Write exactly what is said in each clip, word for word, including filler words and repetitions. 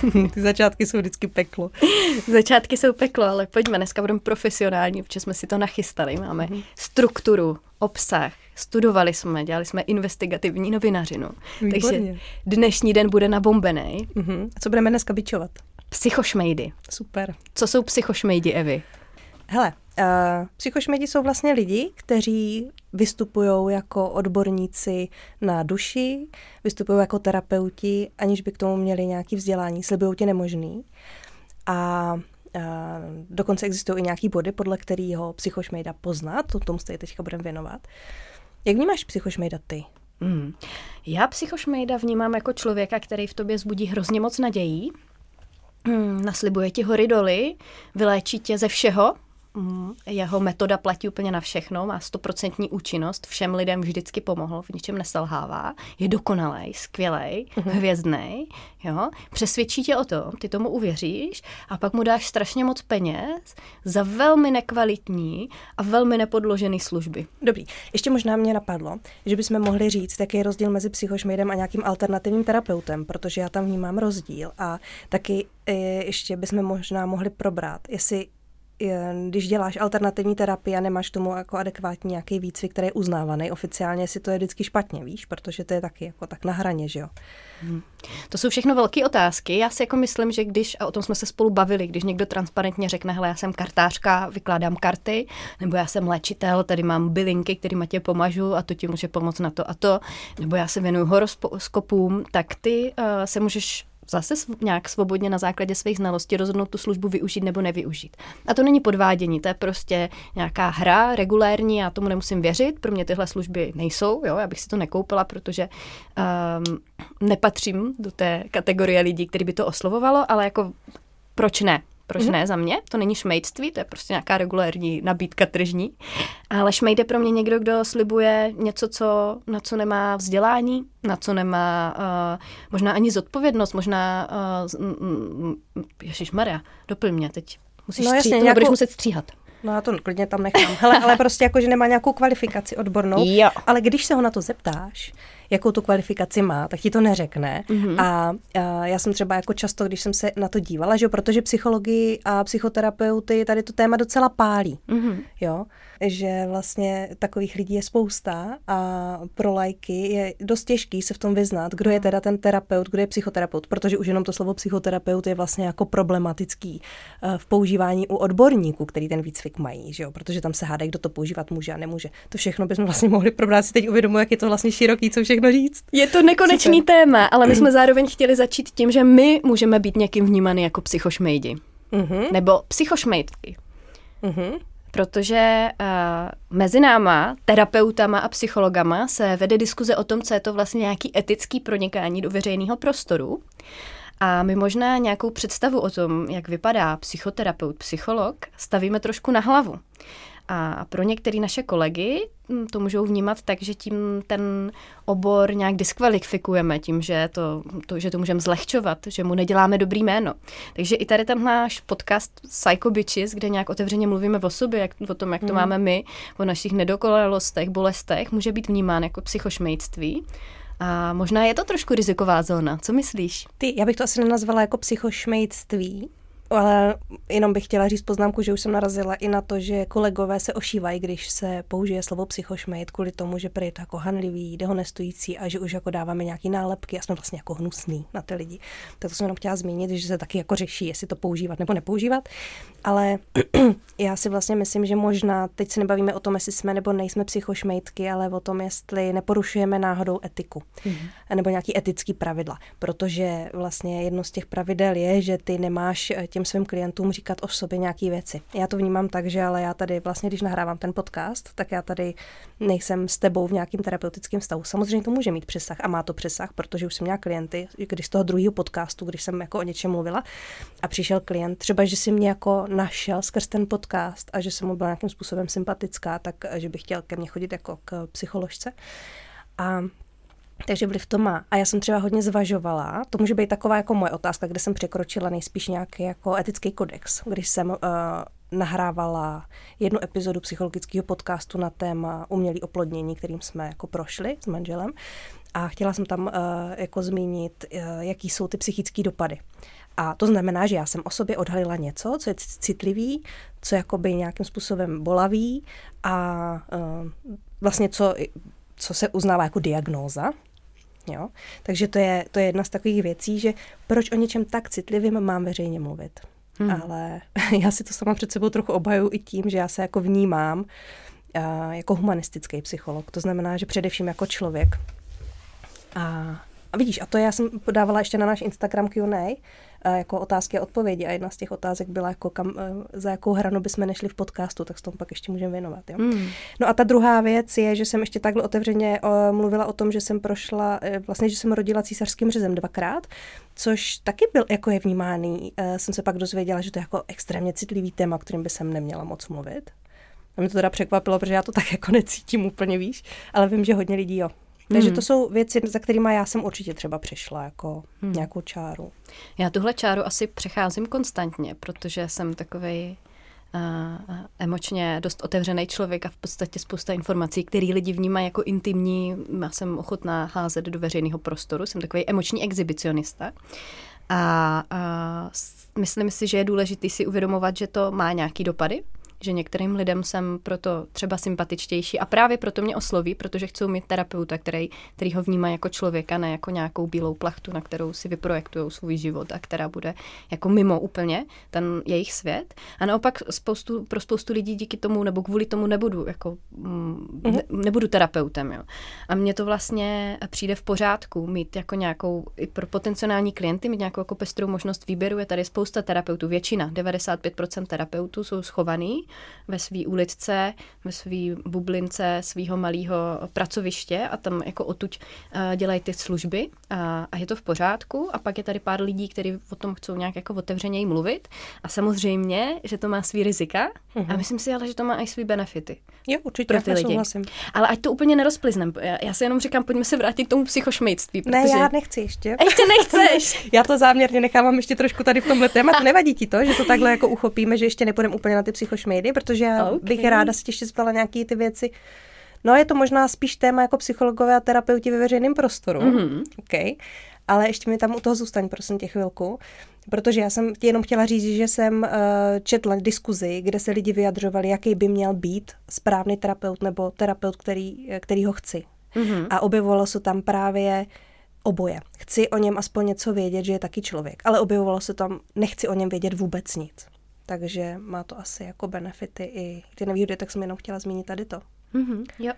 Ty začátky jsou vždycky peklo. Začátky jsou peklo, ale pojďme, dneska budeme profesionální, protože jsme si to nachystali. Máme mm. strukturu, obsah, studovali jsme, dělali jsme investigativní novinařinu. Výborně. Takže dnešní den bude nabombený. Mm-hmm. A co budeme dneska bičovat? Psychošmejdy. Super. Co jsou psychošmejdi, Evi? Hele, uh, psychošmejdi jsou vlastně lidi, kteří vystupují jako odborníci na duši, vystupují jako terapeuti, aniž by k tomu měli nějaké vzdělání, slibují ti nemožný. A uh, dokonce existují i nějaký body, podle kterého psychošmejda poznat, to tomu se teďka budeme věnovat. Jak vnímáš psychošmejda ty? Hmm. Já psychošmejda vnímám jako člověka, který v tobě vzbudí hrozně moc nadějí, hmm, naslibuje ti hory doly, vyléčí tě ze všeho. Mm, jeho metoda platí úplně na všechno, má stoprocentní účinnost, všem lidem vždycky pomohl, v ničem neselhává, je dokonalej, skvělej, uh-huh. hvězdnej, jo, přesvědčí tě o tom, ty tomu uvěříš a pak mu dáš strašně moc peněz za velmi nekvalitní a velmi nepodložený služby. Dobrý, ještě možná mě napadlo, že bychom mohli říct, jaký je rozdíl mezi psychošmejdem a nějakým alternativním terapeutem, protože já tam vnímám rozdíl a taky e, ještě bychom možná mohli probrat, jestli když děláš alternativní terapii a nemáš tomu jako adekvátní nějaký výcvik, který je uznávaný oficiálně, si to je vždycky špatně, víš, protože to je taky jako tak na hraně, že jo. Hmm. To jsou všechno velké otázky. Já si jako myslím, že když, a o tom jsme se spolu bavili, když někdo transparentně řekne, hele, já jsem kartářka, vykládám karty, nebo já jsem léčitel, tady mám bylinky, kterýma tě pomažu a to ti může pomoct na to a to, nebo já se věnuju horoskopům, tak ty uh, se můžeš zase nějak svobodně na základě svých znalostí rozhodnout tu službu využít nebo nevyužít. A to není podvádění, to je prostě nějaká hra regulérní, já tomu nemusím věřit, pro mě tyhle služby nejsou, jo, já bych si to nekoupila, protože um, nepatřím do té kategorie lidí, který by to oslovovalo, ale jako proč ne? Proč mm-hmm. ne za mě? To není šmejdství, to je prostě nějaká regulérní nabídka tržní. Ale šmejd je pro mě někdo, kdo slibuje něco, co, na co nemá vzdělání, na co nemá uh, možná ani zodpovědnost, možná... Uh, ježišmarja, doplň mě teď. Musíš no, stříhat, jasně, nějakou... nějakou... budeš muset stříhat. No já to klidně tam nechám. Hele, ale prostě jako, že nemá nějakou kvalifikaci odbornou. Jo. Ale když se ho na to zeptáš, jakou tu kvalifikaci má, tak ti to neřekne. Mm-hmm. A, a já jsem třeba jako často, když jsem se na to dívala, že jo, protože psychologii a psychoterapeuty tady to téma docela pálí. Mm-hmm. Jo, že vlastně takových lidí je spousta a pro lajky je dost těžký se v tom vyznat, kdo je teda ten terapeut, kdo je psychoterapeut, protože už jenom to slovo psychoterapeut je vlastně jako problematický v používání u odborníků, který ten výcvik mají, že jo, protože tam se hádají, kdo to používat může a nemůže. To všechno bychom vlastně mohli probrat, si teď uvědomuji, jak je to vlastně široký, co všechno říct. Je to nekonečný Super. téma, ale my jsme zároveň chtěli začít tím, že my můžeme být někým vnímaný jako psychošmejdi. Uh-huh. Nebo psychošmejdky. Uh-huh. Protože uh, mezi náma, terapeutama a psychologama se vede diskuze o tom, co je to vlastně nějaký etický pronikání do veřejného prostoru. A my možná nějakou představu o tom, jak vypadá psychoterapeut, psycholog, stavíme trošku na hlavu. A pro některé naše kolegy to můžou vnímat tak, že tím ten obor nějak diskvalifikujeme, tím, že to, to, že to můžeme zlehčovat, že mu neděláme dobrý jméno. Takže i tady ten náš podcast Psycho Bitches, kde nějak otevřeně mluvíme o sobě, jak, o tom, jak to mm. máme my, o našich nedokonalostech, bolestech, může být vnímán jako psychošmejdství. A možná je to trošku riziková zóna. Co myslíš? Ty, já bych to asi nenazvala jako psychošmejdství, ale jenom bych chtěla říct poznámku, že už jsem narazila i na to, že kolegové se ošívají, když se použije slovo psychošmejd, kvůli tomu, že prý je to jako hanlivý, dehonestující a že už jako dáváme nějaký nálepky a jsme vlastně jako hnusný na ty lidi. Tak to jsem jenom chtěla zmínit, že se taky jako řeší, jestli to používat nebo nepoužívat. Ale já si vlastně myslím, že možná teď se nebavíme o tom, jestli jsme nebo nejsme psychošmejdky, ale o tom, jestli neporušujeme náhodou etiku mm-hmm. nebo nějaký etický pravidla. Protože vlastně jedno z těch pravidel je, že ty nemáš těm svým klientům říkat o sobě nějaký věci. Já to vnímám tak, že ale já tady vlastně, když nahrávám ten podcast, tak já tady nejsem s tebou v nějakým terapeutickém vztahu. Samozřejmě to může mít přesah a má to přesah, protože už jsem měla klienty, když z toho druhého podcastu, když jsem jako o něčem mluvila a přišel klient, třeba, že si mě jako našel skrz ten podcast a že jsem mu byla nějakým způsobem sympatická, tak že bych chtěl ke mně chodit jako k psycholožce. A takže vliv to má. A já jsem třeba hodně zvažovala, to může být taková jako moje otázka, kde jsem překročila nejspíš nějaký jako etický kodex, když jsem uh, nahrávala jednu epizodu psychologického podcastu na téma umělé oplodnění, kterým jsme jako prošli s manželem. a chtěla jsem tam uh, jako zmínit, uh, jaký jsou ty psychické dopady. A to znamená, že já jsem o sobě odhalila něco, co je citlivý, co jakoby nějakým způsobem bolavý a uh, vlastně co, co se uznává jako diagnóza. Jo? Takže to je, to je jedna z takových věcí, že proč o něčem tak citlivým mám veřejně mluvit. Hmm. Ale já si to sama před sebou trochu obhajuju i tím, že já se jako vnímám uh, jako humanistický psycholog. To znamená, že především jako člověk. A, a vidíš, a to já jsem podávala ještě na náš Instagram Q and A, uh, jako otázky a odpovědi. A jedna z těch otázek byla, jako kam, uh, za jakou hranu bychom nešli v podcastu, tak s tom pak ještě můžeme věnovat. Jo? Hmm. No a ta druhá věc je, že jsem ještě takhle otevřeně uh, mluvila o tom, že jsem prošla, uh, vlastně, že jsem rodila císařským řezem dvakrát, což taky byl, jako je vnímaný. Uh, jsem se pak dozvěděla, že to je jako extrémně citlivý téma, o kterým by jsem neměla moc mluvit. A mě to teda překvapilo, protože já to tak jako necítím úplně, víš, ale vím, že hodně lidí jo. Takže to jsou věci, za kterými já jsem určitě třeba přišla jako hmm. nějakou čáru. Já tuhle čáru asi přecházím konstantně, protože jsem takovej uh, emočně dost otevřený člověk a v podstatě spousta informací, které lidi vnímají jako intimní, já jsem ochotná házet do veřejného prostoru, jsem takový emoční exhibicionista. A, a myslím si, že je důležité si uvědomovat, že to má nějaký dopady, že některým lidem jsem proto třeba sympatičtější a právě proto mě osloví, protože chcou mít terapeuta, který, který ho vnímá jako člověka, ne jako nějakou bílou plachtu, na kterou si vyprojektujou svůj život a která bude jako mimo úplně ten jejich svět. A naopak spoustu, pro spoustu lidí díky tomu nebo kvůli tomu nebudu jako ne, nebudu terapeutem. Jo. A mně to vlastně přijde v pořádku mít jako nějakou, i pro potenciální klienty, mít nějakou jako pestrou možnost výběru. Je tady spousta terapeutů, většina, devadesát pět procent terapeutů jsou schovaný ve svý uličce, ve svý bublince svýho malého pracoviště a tam jako odtud uh, dělají ty služby a, a je to v pořádku. A pak je tady pár lidí, kteří o tom chcou nějak jako otevřeněji mluvit. A samozřejmě, že to má svý rizika uh-huh. a myslím si ale, že to má i svý benefity. Jo, určitě, pro ty lidi. Souhlasím. Ale ať to úplně nerozpliznem. Já, já si jenom říkám, pojďme se vrátit k tomu psychošmejství. Protože... Ne, já nechci ještě. Ještě nechceš. Já to záměrně nechávám ještě trošku tady v tomhle tématu. Nevadí ti to, že to takhle jako uchopíme, že ještě nepůjdeme úplně na ty psychošmejdy, protože já okay. bych ráda si ještě zeptala nějaký ty věci. No je to možná spíš téma jako psychologové a terapeuti ve veřejném prostoru. Mm-hmm. Okay. Ale ještě mi tam u toho zůstaň, prosím tě chvilku. Protože já jsem ti jenom chtěla říct, že jsem uh, četla diskuzi, kde se lidi vyjadřovali, jaký by měl být správný terapeut nebo terapeut, který, který ho chci. Mm-hmm. A objevovalo se tam právě oboje. Chci o něm aspoň něco vědět, že je taky člověk. Ale objevovalo se tam, nechci o něm vědět vůbec nic. Takže má to asi jako benefity i ty nevýhody, tak jsem jenom chtěla zmínit tady to. Mm-hmm, jo.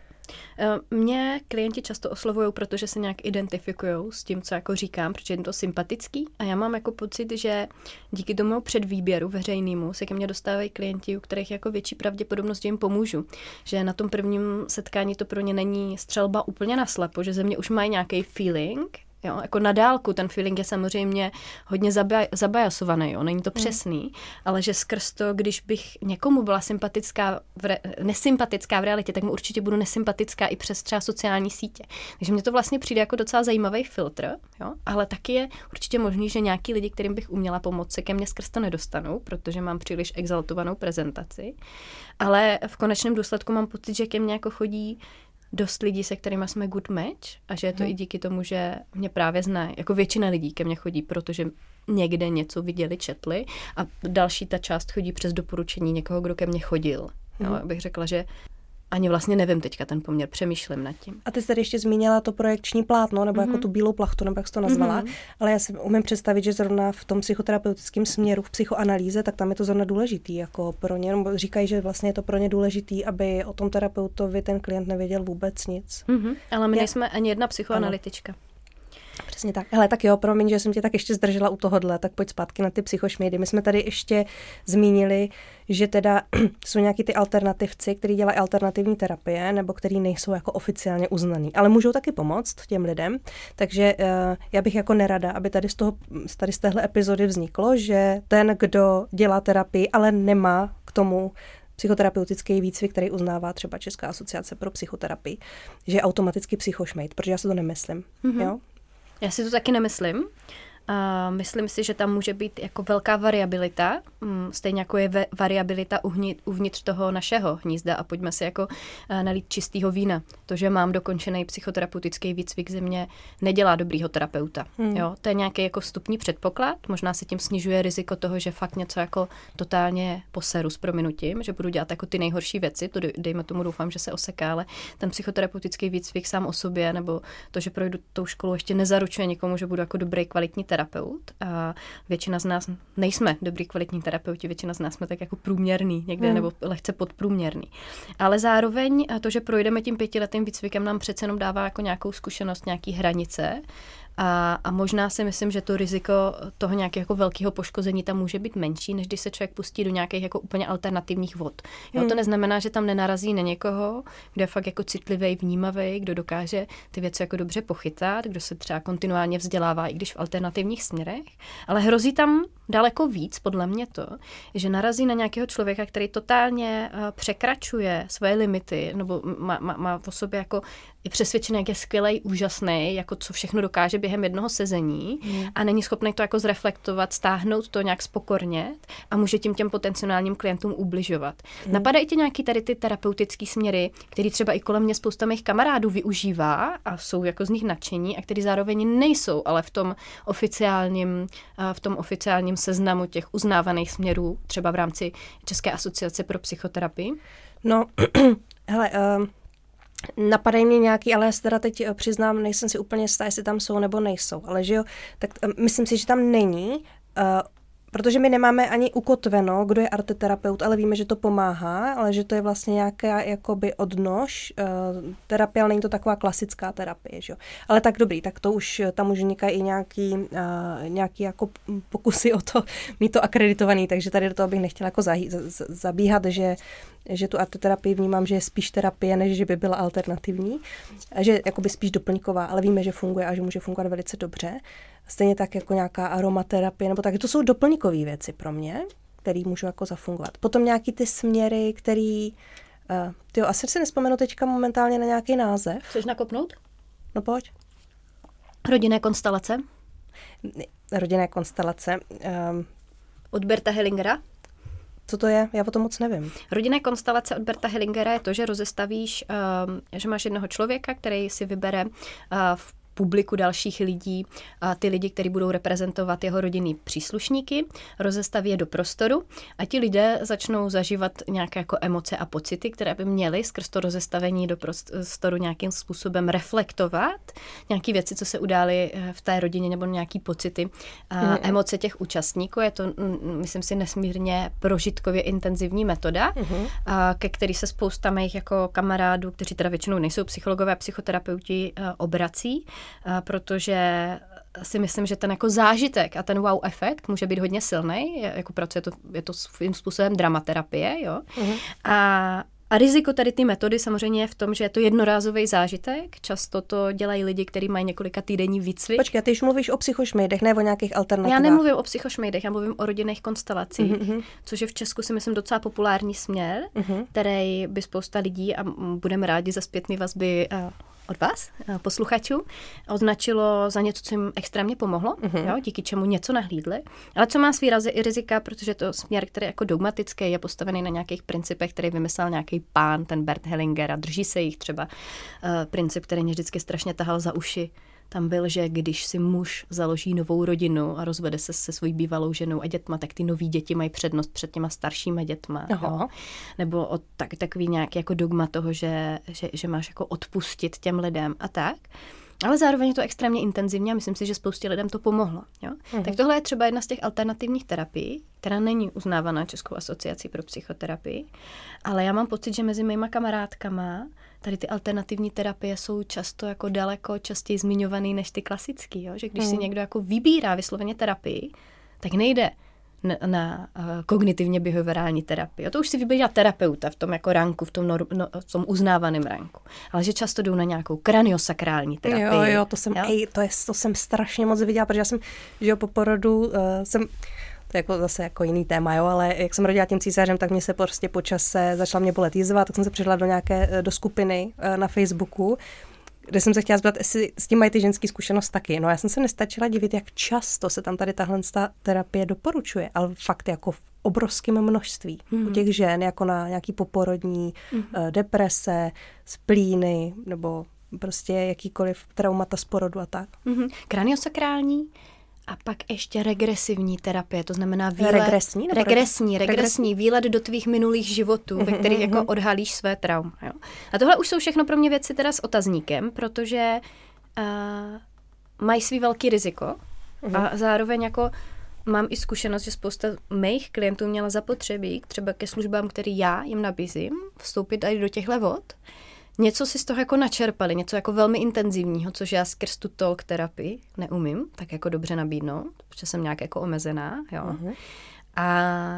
Mě klienti často oslovují, protože se nějak identifikují s tím, co jako říkám, protože je to sympatický a já mám jako pocit, že díky tomu předvýběru veřejnému se ke mně dostávají klienti, u kterých jako větší pravděpodobnost, že jim pomůžu. Že na tom prvním setkání to pro ně není střelba úplně naslepo, že ze mě už mají nějaký feeling. Jo, jako na dálku ten feeling je samozřejmě hodně zabaj, zabajasovaný, jo, není to přesný, mm. ale že skrz to, když bych někomu byla sympatická, v re, nesympatická v realitě, tak mu určitě budu nesympatická i přes třeba sociální sítě. Takže mně to vlastně přijde jako docela zajímavý filtr, jo, ale taky je určitě možný, že nějaký lidi, kterým bych uměla pomoct, se ke mně skrz to nedostanou, protože mám příliš exaltovanou prezentaci, ale v konečném důsledku mám pocit, že ke mně jako chodí dost lidí, se kterými jsme good match a že je to hmm. i díky tomu, že mě právě znají. Jako většina lidí ke mně chodí, protože někde něco viděli, četli a další ta část chodí přes doporučení někoho, kdo ke mně chodil. Hmm. Jo, bych řekla, že ani vlastně nevím teďka ten poměr, přemýšlím nad tím. A ty jsi tady ještě zmínila to projekční plátno, nebo mm-hmm. jako tu bílou plachtu, nebo jak jsi to nazvala, mm-hmm. ale já si umím představit, že zrovna v tom psychoterapeutickém směru, v psychoanalýze, tak tam je to zrovna důležitý, jako pro ně, nebo říkají, že vlastně je to pro ně důležitý, aby o tom terapeutovi ten klient nevěděl vůbec nic. Mm-hmm. Ale my já... nejsme ani jedna psychoanalytička. Ano. Přesně tak. Hele, tak jo, promiň, že jsem tě tak ještě zdržela u tohohle, tak pojď zpátky na ty psychošmejdy. My jsme tady ještě zmínili, že teda jsou nějaký ty alternativci, kteří dělají alternativní terapie, nebo který nejsou jako oficiálně uznaný, ale můžou taky pomoct těm lidem. Takže uh, já bych jako nerada, aby tady z toho, tady z téhle epizody vzniklo, že ten, kdo dělá terapii, ale nemá k tomu psychoterapeutický výcvik, který uznává třeba Česká asociace pro psychoterapii, že je automaticky psychošmejd, protože já si to nemyslím. Mm-hmm. Jo? Já si to taky nemyslím. A myslím si, že tam může být jako velká variabilita, stejně jako je variabilita uvnitř toho našeho hnízda a pojďme si jako nalít čistýho vína. To, že mám dokončený psychoterapeutický výcvik ze mě, nedělá dobrýho terapeuta. Hmm. Jo? To je nějaký jako vstupní předpoklad, možná se tím snižuje riziko toho, že fakt něco jako totálně poseru s prominutím, že budu dělat jako ty nejhorší věci, to dejme tomu, doufám, že se oseká, ale ten psychoterapeutický výcvik sám o sobě, nebo to, že projdu tou školu, ještě nezaručuje nikomu, že budu jako dobrý kvalitní terapeut. A většina z nás nejsme dobrý kvalitní terapeuti, většina z nás jsme tak jako průměrný někde, hmm. nebo lehce podprůměrný. Ale zároveň to, že projdeme tím pětiletým výcvikem, nám přece jenom dává jako nějakou zkušenost, nějaký hranice. A, a možná si myslím, že to riziko toho nějakého jako velkého poškození tam může být menší, než když se člověk pustí do nějakých jako úplně alternativních vod. Jo, hmm. To neznamená, že tam nenarazí na někoho, kdo je fakt jako citlivý, vnímavý, kdo dokáže ty věci jako dobře pochytat, kdo se třeba kontinuálně vzdělává, i když v alternativních směrech, ale hrozí tam daleko víc, podle mě to, že narazí na nějakého člověka, který totálně uh, překračuje svoje limity, nebo má, má, má v sobě jako je přesvědčený, jak je skvělej, úžasný, jako co všechno dokáže během jednoho sezení mm. a není schopný to jako zreflektovat, stáhnout to nějak spokornět a může tím těm potenciálním klientům ubližovat. Mm. Napadají ti nějaký tady ty terapeutický směry, který třeba i kolem mě spousta mých kamarádů využívá a jsou jako z nich nadšení a který zároveň nejsou, ale v tom oficiálním, v tom oficiálním seznamu těch uznávaných směrů, třeba v rámci České asociace pro psychoterapii? No, hele, um... napadají mě nějaký, ale já se teda teď přiznám, nejsem si úplně jistá, jestli tam jsou nebo nejsou, ale že jo, tak myslím si, že tam není, uh, protože my nemáme ani ukotveno, kdo je arteterapeut, ale víme, že to pomáhá, ale že to je vlastně nějaká jakoby odnož uh, terapie, ale není to taková klasická terapie, že jo. Ale tak dobrý, tak to už, tam už vznikají i nějaký, uh, nějaký jako pokusy o to mít to akreditovaný, takže tady do toho bych nechtěla jako zahý, z, zabíhat, že že tu arteterapii vnímám, že je spíš terapie, než že by byla alternativní, a že jakoby spíš doplňková, ale víme, že funguje a že může fungovat velice dobře. Stejně tak jako nějaká aromaterapie, nebo tak. To jsou doplňkové věci pro mě, které můžou jako zafungovat. Potom nějaký ty směry, který... Uh, tyjo, asi si nespomenu teďka momentálně na nějaký název. Chceš nakopnout? No pojď. Rodinné konstelace? Rodinné konstelace. Um, Od Berta Hellingera? Co to je? Já o tom moc nevím. Rodinné konstelace od Berta Hellingera je to, že rozestavíš, uh, že máš jednoho člověka, který si vybere uh, v publiku dalších lidí a ty lidi, kteří budou reprezentovat jeho rodinný příslušníky, rozestaví je do prostoru a ti lidé začnou zažívat nějaké jako emoce a pocity, které by měly skrz to rozestavení do prostoru nějakým způsobem reflektovat nějaké věci, co se udály v té rodině nebo nějaké pocity a mm. emoce těch účastníků. Je to, myslím si, nesmírně prožitkově intenzivní metoda, mm. a ke který se spousta mých jako kamarádů, kteří teda většinou nejsou psychologové a psychoterapeuti, obrací, protože si myslím, že ten jako zážitek a ten wow efekt může být hodně silný, jako proč je to, je to svým způsobem dramaterapie, jo. Uh-huh. A, a riziko tady ty metody samozřejmě je v tom, že je to jednorázový zážitek, často to dělají lidi, kteří mají několika týdenní výcvik. Počkej, ty už mluvíš o psychošmejdech, ne o nějakých alternativách. Já nemluvím o psychošmejdech, já mluvím o rodinných konstelacích, uh-huh. což je v Česku si myslím docela populární směr, uh-huh. který by spousta lidí, a budeme rádi za zpětný vazby od vás, posluchačů, označilo za něco, co jim extrémně pomohlo, uh-huh. jo, díky čemu něco nahlídli, ale co má svý razy i rizika, protože to směr, který je jako dogmatický, je postavený na nějakých principech, který vymyslel nějaký pán, ten Bert Hellinger, a drží se jich třeba. Uh, princip, který mě vždycky strašně tahal za uši, tam byl, že když si muž založí novou rodinu a rozvede se se svojí bývalou ženou a dětma, tak ty nový děti mají přednost před těma staršíma dětma. Jo? Nebo o tak, takový nějaký jako dogma toho, že, že, že máš jako odpustit těm lidem a tak. Ale zároveň je to extrémně intenzivní a myslím si, že spoustě lidem to pomohlo. Jo? Mhm. Tak tohle je třeba jedna z těch alternativních terapií, která není uznávaná Českou asociací pro psychoterapii, ale já mám pocit, že mezi mýma kamarádkama tady ty alternativní terapie jsou často jako daleko častěji zmiňovaný než ty klasický, jo? Že když mhm. si někdo jako vybírá vysloveně terapii, tak nejde na, na uh, kognitivně behaviorální terapii. To už si vybírá terapeuta v tom jako ranku, v tom, no, no, v tom uznávaném ranku. Ale že často jdou na nějakou kraniosakrální terapii. Jo, jo, to jsem, jo? Ej, to, je, to jsem strašně moc viděla, protože já jsem, že jo, po porodu uh, jsem, to je jako zase jako jiný téma, jo, ale jak jsem rodila tím císařem, tak mě se prostě po čase začala mě bolet jízva, tak jsem se přidala do nějaké, do skupiny uh, na Facebooku, kde jsem se chtěla zbrat, jestli s tím mají ty ženský zkušenost taky. No já jsem se nestačila divit, jak často se tam tady tahle terapie doporučuje, ale fakt jako v obrovském množství. Mm. U těch žen, jako na nějaký poporodní mm. uh, deprese, splíny, nebo prostě jakýkoliv traumata z porodu a tak. Mm-hmm. Kraniosakrální a pak ještě regresivní terapie, to znamená výlet... Regresní? Regresní, regresní, výlet do tvých minulých životů, mm-hmm. ve kterých jako odhalíš své trauma. Jo. A tohle už jsou všechno pro mě věci teda s otazníkem, protože uh, mají svý velký riziko mm-hmm. a zároveň jako mám i zkušenost, že spousta mých klientů měla zapotřebí třeba ke službám, který já jim nabízím, vstoupit i do těchto vod. Něco si z toho jako načerpali, něco jako velmi intenzivního, což já skrz tu talk terapii neumím tak jako dobře nabídnout, protože jsem nějak jako omezená, jo. Uh-huh. A,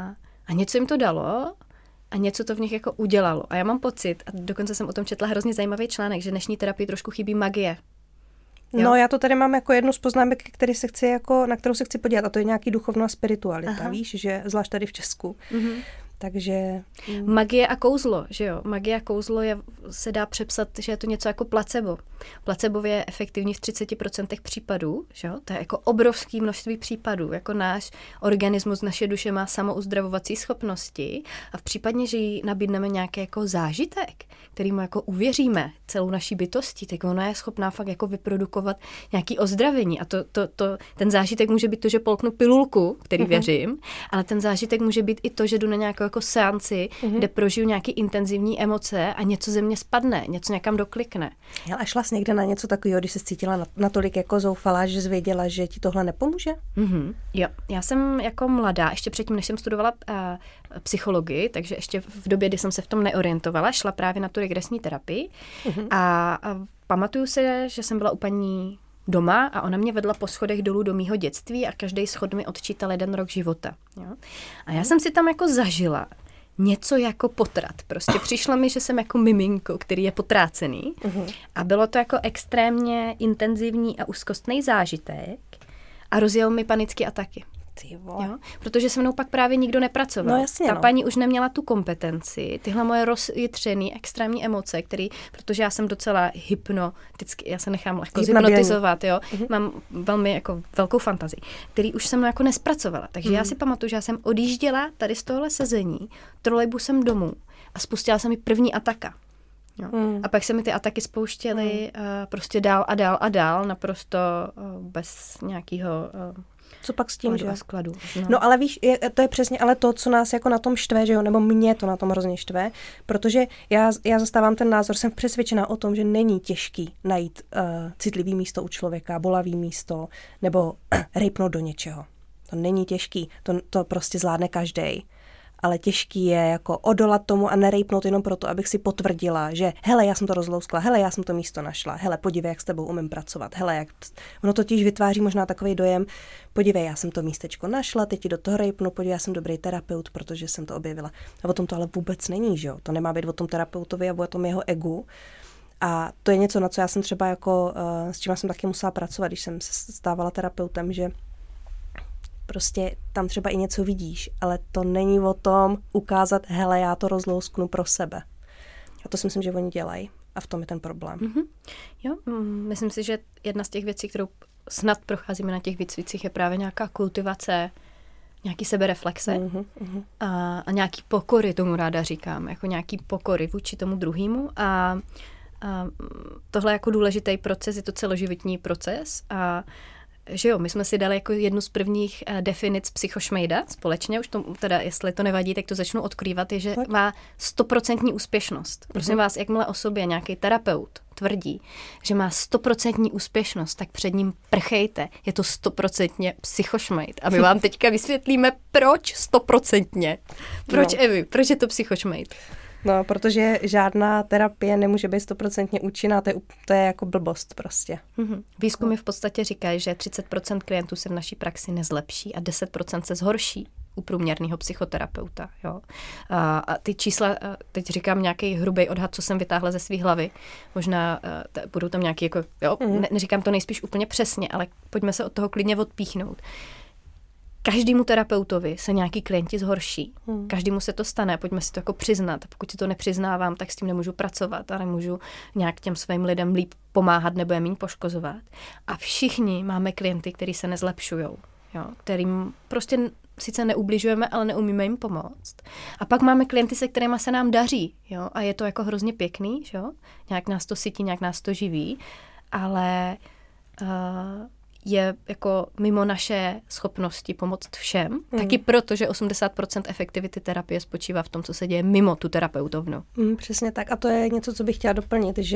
a něco jim to dalo a něco to v nich jako udělalo. A já mám pocit, a dokonce jsem o tom četla hrozně zajímavý článek, že dnešní terapii trošku chybí magie. Jo? No já to tady mám jako jednu z poznámek, který se chci jako, na kterou se chci podívat, a to je nějaký duchovná spiritualita, Aha. víš, že zvlášť tady v Česku. Uh-huh. Takže... Magie a kouzlo, že jo? Magie a kouzlo je, se dá přepsat, že je to něco jako placebo. Placebo je efektivní v třicet procent případů, že jo? To je jako obrovské množství případů. Jako náš organismus, naše duše má samouzdravovací schopnosti a v případě, že jí nabídneme nějaký jako zážitek, kterýmu jako uvěříme celou naší bytostí, tak ona je schopná fakt jako vyprodukovat nějaký ozdravení. A to, to, to, ten zážitek může být to, že polknu pilulku, který uh-huh. věřím, ale ten zážitek může být i to, že jdu na nějakou jako seanci, mm-hmm. kde prožiju nějaké intenzivní emoce a něco ze mě spadne, něco někam doklikne. Jel, a šla jsi někde na něco takového, když jsi cítila natolik jako zoufalá, že jsi věděla, že ti tohle nepomůže? Mm-hmm. Jo, já jsem jako mladá, ještě předtím, než jsem studovala uh, psychologii, takže ještě v době, kdy jsem se v tom neorientovala, šla právě na tu regresní terapii mm-hmm. a, a pamatuju se, že jsem byla u paní doma a ona mě vedla po schodech dolů do mýho dětství a každý schod mi odčítal jeden rok života. Jo? A já jsem si tam jako zažila něco jako potrat. Prostě přišlo mi, že jsem jako miminko, který je potrácený uh-huh. a bylo to jako extrémně intenzivní a úzkostný zážitek a rozjel mi panické ataky. Jo? Protože se mnou pak právě nikdo nepracoval. No, jasně, Ta no. paní už neměla tu kompetenci, tyhle moje rozjitřený extrémní emoce, který, protože já jsem docela hypnoticky, já se nechám lehko hypnotizovat, jo, uh-huh. mám velmi jako velkou fantazii, který už se mnou jako nespracovala. Takže uh-huh. já si pamatuju, že já jsem odjížděla tady z tohohle sezení trolejbusem domů a spustila se mi první ataka. Jo. Hmm. A pak se mi ty ataky spouštěly hmm. uh, prostě dál a dál a dál, naprosto uh, bez nějakého uh, co pak s tím, že? Skladu. No. no ale víš, je, to je přesně ale to, co nás jako na tom štve, že jo, nebo mě to na tom hrozně štve, protože já, já zastávám ten názor, jsem přesvědčená o tom, že není těžký najít uh, citlivý místo u člověka, bolavý místo, nebo uh, rejpnout do něčeho. To není těžký, to, to prostě zvládne každej. Ale těžký je jako odolat tomu a nerejpnout jenom proto, abych si potvrdila, že hele, já jsem to rozlouskla, hele, já jsem to místo našla, hele, podívej, jak s tebou umím pracovat, hele, jak... Ono totiž vytváří možná takový dojem, podívej, já jsem to místečko našla, teď ti do toho rejpnu, podívej, já jsem dobrý terapeut, protože jsem to objevila. A o tom to ale vůbec není, že jo? To nemá být o tom terapeutovi a o tom jeho egu. A to je něco, na co já jsem třeba jako, uh, s čím jsem taky musela pracovat, když jsem se stávala terapeutem, že prostě tam třeba i něco vidíš, ale to není o tom ukázat, hele, já to rozlousknu pro sebe. A to si myslím, že oni dělají. A v tom je ten problém. Mm-hmm. Jo, mm, myslím si, že jedna z těch věcí, kterou snad procházíme na těch výcvicích, je právě nějaká kultivace, nějaký sebereflexe mm-hmm. a, a nějaký pokory, tomu ráda říkám, jako nějaký pokory vůči tomu druhému. A, a tohle je jako důležitý proces, je to celoživotní proces a že jo, my jsme si dali jako jednu z prvních uh, definic psychošmejda společně, už to, teda jestli to nevadí, tak to začnu odkrývat, je, že má stoprocentní úspěšnost. Prosím uh-huh. vás, jakmile o sobě nějaký terapeut tvrdí, že má stoprocentní úspěšnost, tak před ním prchejte, je to stoprocentně psychošmejd. A my vám teďka vysvětlíme, proč stoprocentně. Proč, no. Evi, proč je to psychošmejd? No, protože žádná terapie nemůže být stoprocentně účinná, to je, to je jako blbost prostě. Mm-hmm. Výzkumy v podstatě říkají, že třicet procent klientů se v naší praxi nezlepší a deset procent se zhorší u průměrného psychoterapeuta. Jo. A, a ty čísla, teď říkám nějaký hrubý odhad, co jsem vytáhla ze svý hlavy, možná t- budou tam nějaký, jako, jo, mm. ne, neříkám to nejspíš úplně přesně, ale pojďme se od toho klidně odpíchnout. každému terapeutovi se nějaký klienti zhorší. Hmm. Každému se to stane, pojďme si to jako přiznat. Pokud si to nepřiznávám, tak s tím nemůžu pracovat a nemůžu nějak těm svým lidem líp pomáhat nebo je méně poškozovat. A všichni máme klienty, kteří se nezlepšujou, jo, kterým prostě sice neubližujeme, ale neumíme jim pomoct. A pak máme klienty, se kterými se nám daří, jo, a je to jako hrozně pěkný, jo, nějak nás to sytí, nějak nás to živí, ale uh, je jako mimo naše schopnosti pomoct všem, mm. taky proto, že osmdesát procent efektivity terapie spočívá v tom, co se děje mimo tu terapeutovnu. Mm, přesně tak. A to je něco, co bych chtěla doplnit, že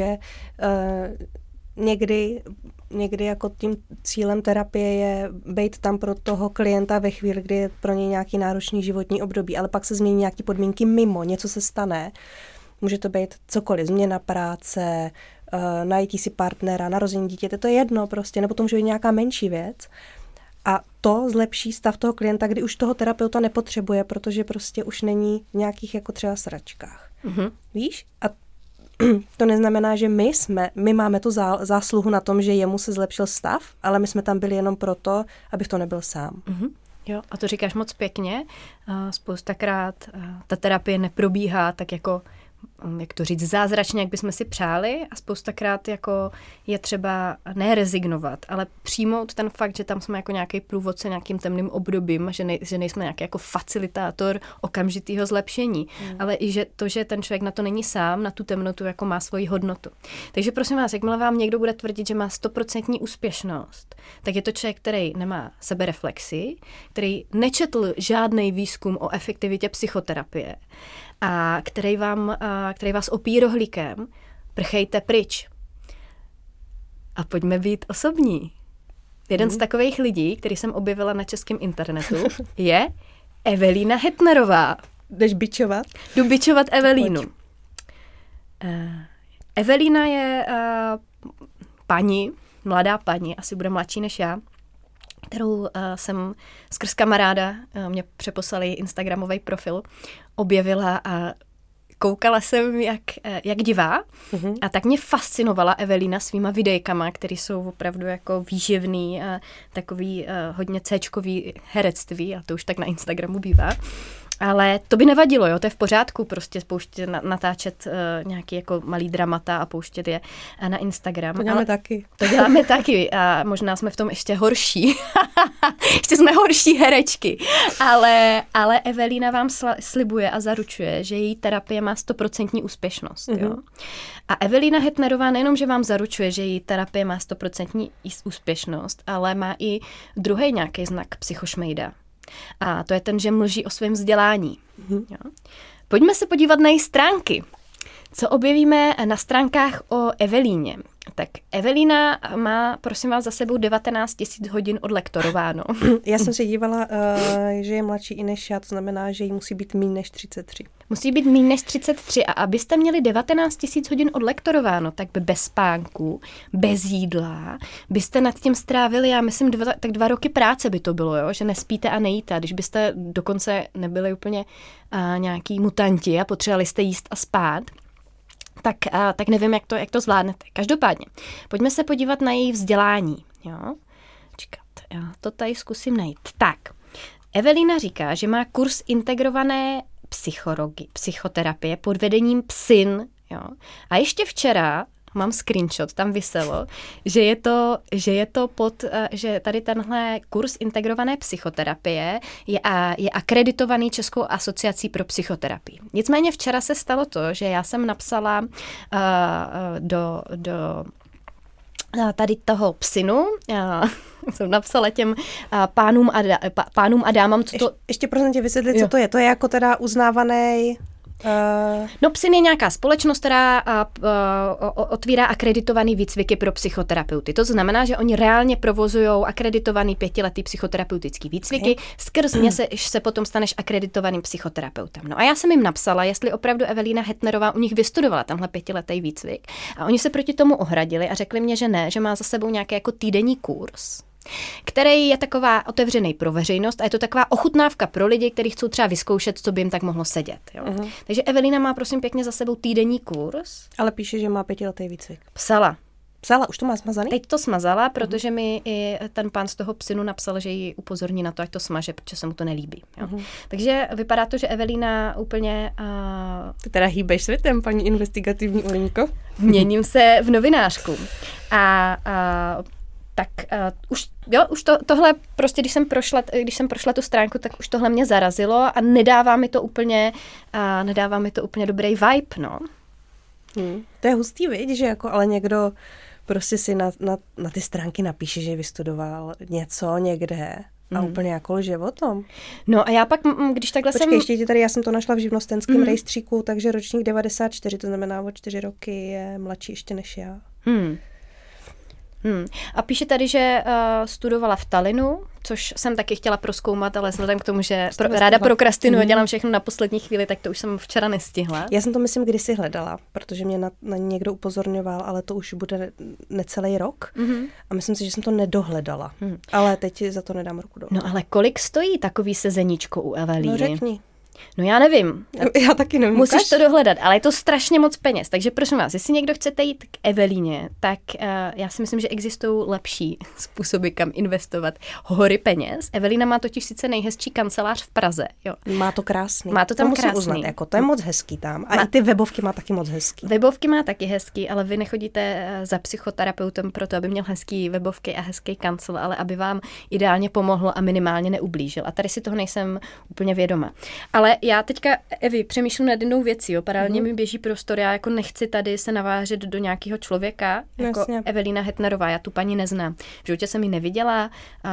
uh, někdy, někdy jako tím cílem terapie je být tam pro toho klienta ve chvíli, kdy je pro něj nějaký náročný životní období, ale pak se změní nějaké podmínky mimo, něco se stane. Může to být cokoliv, změna práce, uh, najítí si partnera, narození dítěte, to je jedno prostě, nebo to může být nějaká menší věc. A to zlepší stav toho klienta, kdy už toho terapeuta nepotřebuje, protože prostě už není v nějakých jako třeba sračkách. Mm-hmm. Víš? A to neznamená, že my jsme, my máme tu zásluhu na tom, že jemu se zlepšil stav, ale my jsme tam byli jenom proto, abych to nebyl sám. Mm-hmm. Jo, a to říkáš moc pěkně. Spoustakrát ta terapie neprobíhá tak jako, jak to říct, zázračně, jak bychom si přáli a spoustakrát jako je třeba ne rezignovat, ale přijmout ten fakt, že tam jsme jako nějaký průvodce nějakým temným obdobím, že, ne, že nejsme nějaký jako facilitátor okamžitého zlepšení, hmm. ale i že to, že ten člověk na to není sám, na tu temnotu jako má svoji hodnotu. Takže prosím vás, jakmile vám někdo bude tvrdit, že má stoprocentní úspěšnost, tak je to člověk, který nemá sebereflexi, který nečetl žádný výzkum o efektivitě psychoterapie, a který, vám, a který vás opíjí rohlíkem, prchejte pryč. A pojďme být osobní. Jeden mm. z takových lidí, který jsem objevila na českém internetu, je Evelína Hetnerová. Jdeš bičovat? Jdu bičovat Evelínu. Uh, Evelína je uh, paní, mladá paní, asi bude mladší než já, kterou uh, jsem skrz kamaráda, uh, mě přeposlali instagramový profil, objevila a koukala jsem, jak, uh, jak divá. Mm-hmm. A tak mě fascinovala Evelína svýma videjkama, které jsou opravdu jako výživný a takový uh, hodně céčkový herectví, a to už tak na Instagramu bývá. Ale to by nevadilo, jo, to je v pořádku, prostě pouštět, natáčet uh, nějaký jako malý dramata a pouštět je na Instagram. To děláme ale taky. To děláme taky a možná jsme v tom ještě horší. Ještě jsme horší herečky. Ale, ale Evelína vám sla, slibuje a zaručuje, že její terapie má stoprocentní úspěšnost. Mm-hmm. Jo. A Evelína Hetnerová nejenom, že vám zaručuje, že její terapie má stoprocentní úspěšnost, ale má i druhý nějaký znak psychošmejda. A to je ten, že mlží o svém vzdělání. Mm-hmm. Jo. Pojďme se podívat na její stránky. Co objevíme na stránkách o Evelíně? Tak Evelína má, prosím vás, za sebou devatenáct tisíc hodin odlektorováno. Já jsem se dívala, uh, že je mladší i než já, to znamená, že jí musí být méně než třicet tři. Musí být méně než třicet tři a abyste měli devatenáct tisíc hodin odlektorováno, tak bez spánku, bez jídla, byste nad tím strávili, já myslím, dva, tak dva roky práce by to bylo, jo? Že nespíte a nejíte. Když byste dokonce nebyli úplně uh, nějaký mutanti a potřebovali jste jíst a spát, tak, a, tak nevím, jak to, jak to zvládnete. Každopádně, pojďme se podívat na její vzdělání. Jo? Čekat, já to tady zkusím najít. Tak, Evelína říká, že má kurz integrované psychologi, psychoterapie pod vedením Psyn. Jo? A ještě včera mám screenshot, tam viselo, že je to, že je to pod, že tady tenhle kurz integrované psychoterapie je, je akreditovaný Českou asociací pro psychoterapii. Nicméně včera se stalo to, že já jsem napsala uh, do, do tady toho Psynu, uh, jsem napsala těm uh, pánům, a da, pánům a dámám, co to... Ještě, ještě prosím tě vysvětlit, co to je. To je jako teda uznávaný... Uh... No, Psyn je nějaká společnost, která uh, uh, otvírá akreditovaný výcviky pro psychoterapeuty. To znamená, že oni reálně provozují akreditovaný pětiletý psychoterapeutický výcviky, okay. Skrz ně se, se potom staneš akreditovaným psychoterapeutem. No a já jsem jim napsala, jestli opravdu Evelína Hetnerová u nich vystudovala tenhle pětiletý výcvik. A oni se proti tomu ohradili a řekli mě, že ne, že má za sebou nějaký jako týdenní kurz, který je taková otevřený pro veřejnost a je to taková ochutnávka pro lidi, kteří chcou třeba vyzkoušet, co by jim tak mohlo sedět. Jo? Uh-huh. Takže Evelína má prosím pěkně za sebou týdenní kurz. Ale píše, že má pětiletý výcvik. Psala. Psala, už to má smazaný? Teď to smazala, protože mi i ten pán z toho psinu napsal, že ji upozorní na to, ať to smaže, protože se mu to nelíbí. Jo. Uh-huh. Takže vypadá to, že Evelína úplně... Uh... Ty teda hýbeš světem, paní investigativní Ulínko. Měním se v novinářku. A... Uh, tak uh, už, jo, už to, tohle prostě, když jsem, prošla, když jsem prošla tu stránku, tak už tohle mě zarazilo a nedává mi to úplně, uh, nedává mi to úplně dobrý vibe, no. Hmm. To je hustý, viď, že jako ale někdo prostě si na, na, na ty stránky napíše, že vystudoval něco někde a hmm. úplně jako lže o tom. No a já pak, když takhle Počkej, jsem... ještě tady, já jsem to našla v živnostenském hmm. rejstříku, takže ročník devadesát čtyři, to znamená o čtyři roky je mladší ještě než já. Hmm. Hmm. A píše tady, že uh, studovala v Tallinnu, což jsem taky chtěla prozkoumat, ale vzhledem k tomu, že pro, ráda prokrastinuji a dělám všechno na poslední chvíli, tak to už jsem včera nestihla. Já jsem to, myslím, kdysi hledala, protože mě na, na někdo upozorňoval, ale to už bude necelý rok mm-hmm. a myslím si, že jsem to nedohledala. Mm. Ale teď za to nedám ruku dolů. No ale kolik stojí takový sezeníčko u Evelíny? No řekni. No já nevím. Já taky nevím. Musíš ukaž? to dohledat, ale je to strašně moc peněz. Takže prosím vás, jestli někdo chcete jít k Evelíně, tak uh, já si myslím, že existují lepší způsoby, kam investovat hory peněz. Evelína má totiž sice nejhezčí kancelář v Praze. Jo. Má to krásný. Má to tam to musím krásný. Uznat, jako, to je moc hezký tam. A má... i ty webovky má taky moc hezký. Webovky má taky hezký, ale vy nechodíte za psychoterapeutem proto, aby měl hezký webovky a hezký kancel, ale aby vám ideálně pomohl a minimálně neublížil. A tady si toho nejsem úplně vědoma. Ale já teďka, Evi, přemýšlím nad jednou věcí, jo. Paralelně mm-hmm. mi běží prostor, já jako nechci tady se navážet do nějakého člověka, jako Jasně. Evelína Hetnerová, já tu paní neznám. V životě jsem ji neviděla,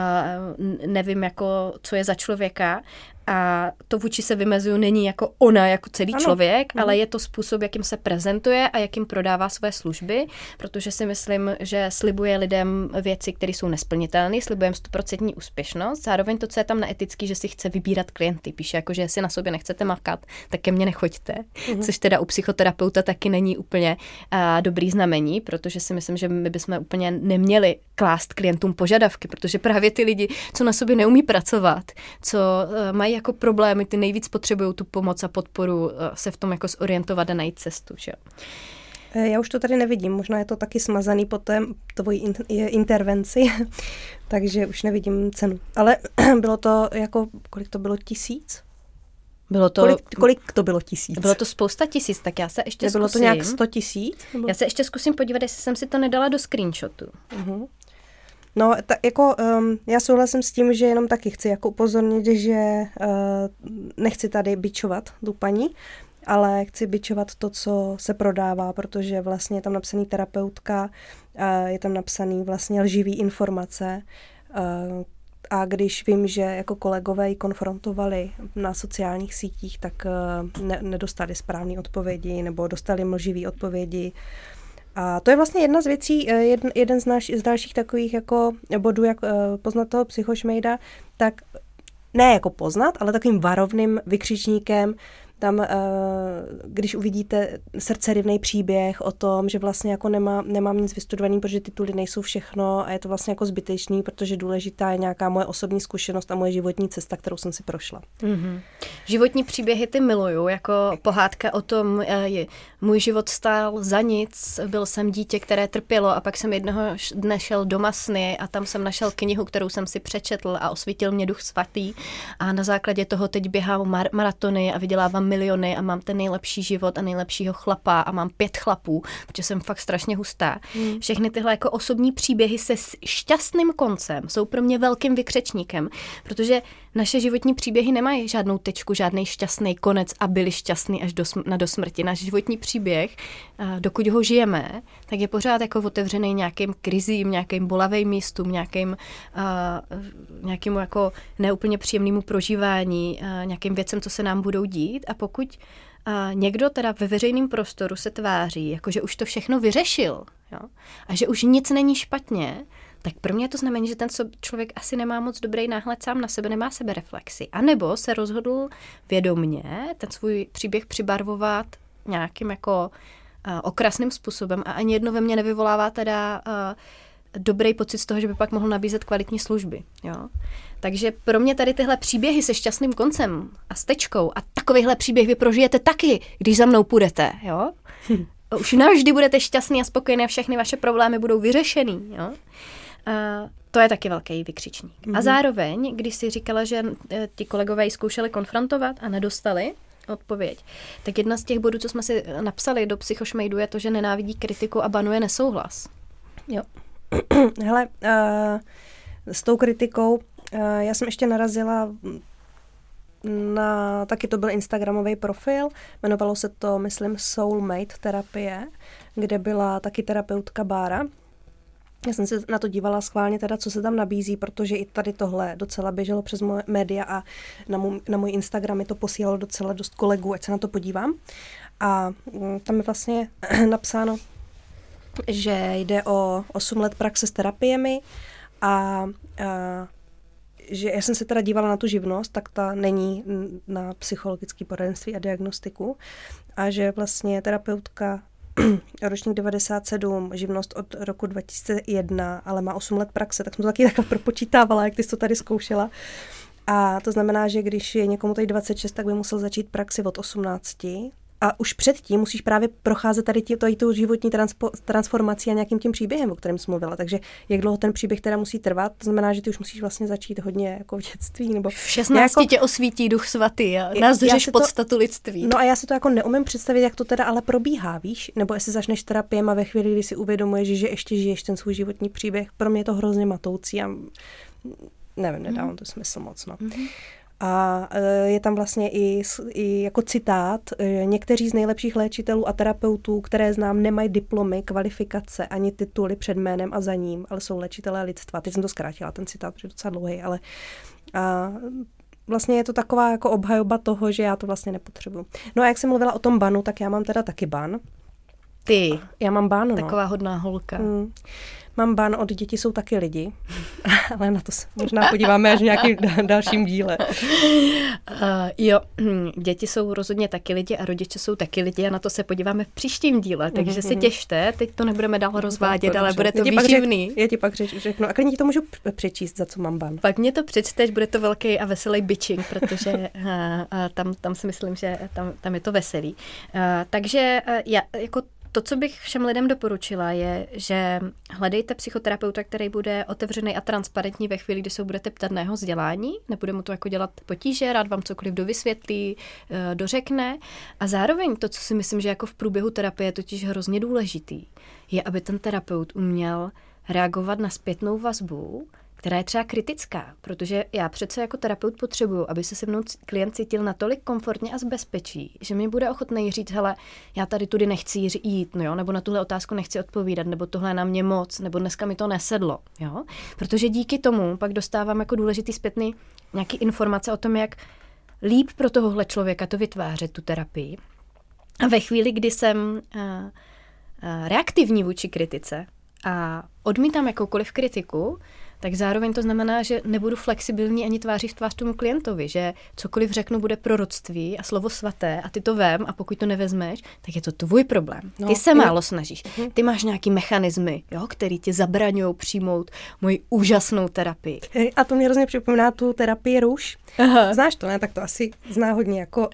nevím jako, co je za člověka, a to vůči se vymezuju není jako ona, jako celý ano. člověk, ano. ale je to způsob, jakým se prezentuje a jakým prodává své služby, protože si myslím, že slibuje lidem věci, které jsou nesplnitelné, slibujeme stoprocentní úspěšnost, zároveň to, co je tam neetický, že si chce vybírat klienty. Píše jako, že jestli na sobě nechcete makat, tak ke mně nechoďte, mhm. což teda u psychoterapeuta taky není úplně uh, dobrý znamení, protože si myslím, že my bychom úplně neměli klást klientům požadavky, protože právě ty lidi, co na sobě neumí pracovat, co uh, mají jako problémy, ty nejvíc potřebují tu pomoc a podporu se v tom jako zorientovat a najít cestu, že jo? Já už to tady nevidím, možná je to taky smazaný po té tvojí intervenci, takže už nevidím cenu. Ale bylo to jako, kolik to bylo, tisíc? Bylo to, kolik, kolik to bylo tisíc? Bylo to spousta tisíc, tak já se ještě Nebylo zkusím. Bylo to nějak sto tisíc? Nebo? Já se ještě zkusím podívat, jestli jsem si to nedala do screenshotu. Uh-huh. No, ta, jako um, já souhlasím s tím, že jenom taky chci jako upozornit, že uh, nechci tady bičovat tu paní, ale chci bičovat to, co se prodává, protože vlastně je tam napsaný terapeutka, uh, je tam napsaný vlastně lživý informace uh, a když vím, že jako kolegové ji konfrontovali na sociálních sítích, tak uh, ne, nedostali správné odpovědi nebo dostali mlživý odpovědi. A to je vlastně jedna z věcí, jeden, jeden z, naš, z dalších takových jako bodů, jak uh, poznat toho psychošmejda, tak ne jako poznat, ale takovým varovným vykřičníkem, tam, uh, když uvidíte srdcerivný příběh o tom, že vlastně jako nemá, nemám nic vystudovaný, protože tituly nejsou všechno a je to vlastně jako zbytečný, protože důležitá je nějaká moje osobní zkušenost a moje životní cesta, kterou jsem si prošla. Mm-hmm. Životní příběhy ty miluju, jako pohádka o tom, je, můj život stál za nic, byl jsem dítě, které trpělo a pak jsem jednoho dne šel do Masny a tam jsem našel knihu, kterou jsem si přečetl a osvítil mě Duch svatý a na základě toho teď běhám mar- maratony a vydělávám miliony a mám ten nejlepší život a nejlepšího chlapa a mám pět chlapů, protože jsem fakt strašně hustá. Hmm. Všechny tyhle jako osobní příběhy se šťastným koncem jsou pro mě velkým vykřečníkem, protože naše životní příběhy nemají žádnou tečku, žádný šťastný konec a byli šťastný až do, sm- na dosmrti. Náš životní příběh, dokud ho žijeme, tak je pořád jako otevřený nějakým krizím, nějakým bolavým místům, nějakým, uh, nějakým jako neúplně příjemnému prožívání, uh, nějakým věcem, co se nám budou dít. A pokud uh, někdo teda ve veřejném prostoru se tváří, jako že už to všechno vyřešil, jo, a že už nic není špatně, tak pro mě to znamená, že ten člověk asi nemá moc dobrý náhled sám na sebe, nemá sebereflexi. A nebo se rozhodl vědomně ten svůj příběh přibarvovat nějakým jako uh, okrasným způsobem a ani jedno ve mně nevyvolává teda uh, dobrý pocit z toho, že by pak mohl nabízet kvalitní služby. Jo? Takže pro mě tady tyhle příběhy se šťastným koncem a s tečkou a takovýhle příběh vy prožijete taky, když za mnou půjdete. Jo? už navždy budete šťastný a spokojený a všechny vaše problémy budou vyřešený. Jo? A to je taky velký vykřičník. Mm-hmm. A zároveň, když si říkala, že ti kolegové ji zkoušeli konfrontovat a nedostali odpověď, tak jedna z těch bodů, co jsme si napsali do psychošmejdu, je to, že nenávidí kritiku a banuje nesouhlas. Jo. Hele, uh, s tou kritikou, uh, já jsem ještě narazila na, taky to byl instagramový profil, jmenovalo se to, myslím, Soulmate terapie, kde byla taky terapeutka Bára. Já jsem se na to dívala schválně teda, co se tam nabízí, protože i tady tohle docela běželo přes moje média a na můj, na můj Instagram mi to posílalo docela dost kolegů, ať se na to podívám. A tam je vlastně napsáno, že jde o osm let praxe s terapiemi a, a že já jsem se teda dívala na tu živnost, tak ta není na psychologické poradenství a diagnostiku a že vlastně terapeutka ročník devadesát sedm, živnost od roku dva tisíce jedna, ale má osm let praxe, tak jsem to taky takhle propočítávala, jak ty jsi to tady zkoušela. A to znamená, že když je někomu tady dvacet šest, tak by musel začít praxi od osmnácti. A už předtím musíš právě procházet tady tí, tady tou životní transpo, transformací a nějakým tím příběhem, o kterém jsi mluvila. Takže jak dlouho ten příběh teda musí trvat, to znamená, že ty už musíš vlastně začít hodně jako v dětství. Nebo v šestnácti jako, tě osvítí Duch Svatý a nazřeš podstatu to, lidství. No a já si to jako neumím představit, jak to teda ale probíhá, víš? Nebo jestli začneš terapiem a ve chvíli, kdy si uvědomuješ, že ještě žiješ ten svůj životní příběh, pro mě je to hrozně matoucí a nevím, nedávám mm. to smysl moc, no. Mm. A je tam vlastně i, i jako citát, někteří z nejlepších léčitelů a terapeutů, které znám, nemají diplomy, kvalifikace ani tituly před jménem a za ním, ale jsou léčitelé lidstva. Teď jsem to zkrátila, ten citát, protože je docela dlouhý, ale a vlastně je to taková jako obhajoba toho, že já to vlastně nepotřebuji. No a jak jsem mluvila o tom banu, tak já mám teda taky ban. Ty. Já mám ban, no. Taková hodná holka. Hmm. Mám ban od děti jsou taky lidi, ale na to se možná podíváme až v nějakým dalším díle. Uh, jo, děti jsou rozhodně taky lidi a rodiče jsou taky lidi a na to se podíváme v příštím díle, takže mm-hmm. se těšte, teď to nebudeme dál rozvádět, no, ale bude to výživný. Já ti pak řek, řeknu, a klidně ti to můžu přečíst, za co mám ban. Pak mě to přečteš, bude to velký a veselý bitching, protože uh, uh, tam, tam si myslím, že tam, tam je to veselý. Uh, takže uh, já jako to, co bych všem lidem doporučila, je, že hledejte psychoterapeuta, který bude otevřený a transparentní ve chvíli, kdy se budete ptat na jeho vzdělání. Nebude mu to jako dělat potíže, rád vám cokoliv dovysvětlí, dořekne. A zároveň to, co si myslím, že jako v průběhu terapie je totiž hrozně důležitý, je, aby ten terapeut uměl reagovat na zpětnou vazbu, která je třeba kritická, protože já přece jako terapeut potřebuju, aby se se mnou klient cítil natolik komfortně a z bezpečí, že mi bude ochotný říct, hele, já tady tudy nechci jít, no jo, nebo na tuhle otázku nechci odpovídat, nebo tohle je na mě moc, nebo dneska mi to nesedlo, jo, protože díky tomu pak dostávám jako důležitý zpětný nějaký informace o tom, jak líp pro tohohle člověka to vytvářet, tu terapii. A ve chvíli, kdy jsem a, a, reaktivní vůči kritice a odmítám jakoukoliv kritiku, tak zároveň to znamená, že nebudu flexibilní ani tváří v tvář tomu klientovi, že cokoliv řeknu bude proroctví a slovo svaté a ty to vem a pokud to nevezmeš, tak je to tvůj problém. Ty no, se je... málo snažíš. Ty máš nějaký mechanismy, jo, který ti zabraňují přijmout moji úžasnou terapii. A to mě hrozně připomíná tu terapii růž. Aha. Znáš to, ne? Tak to asi zná hodně jako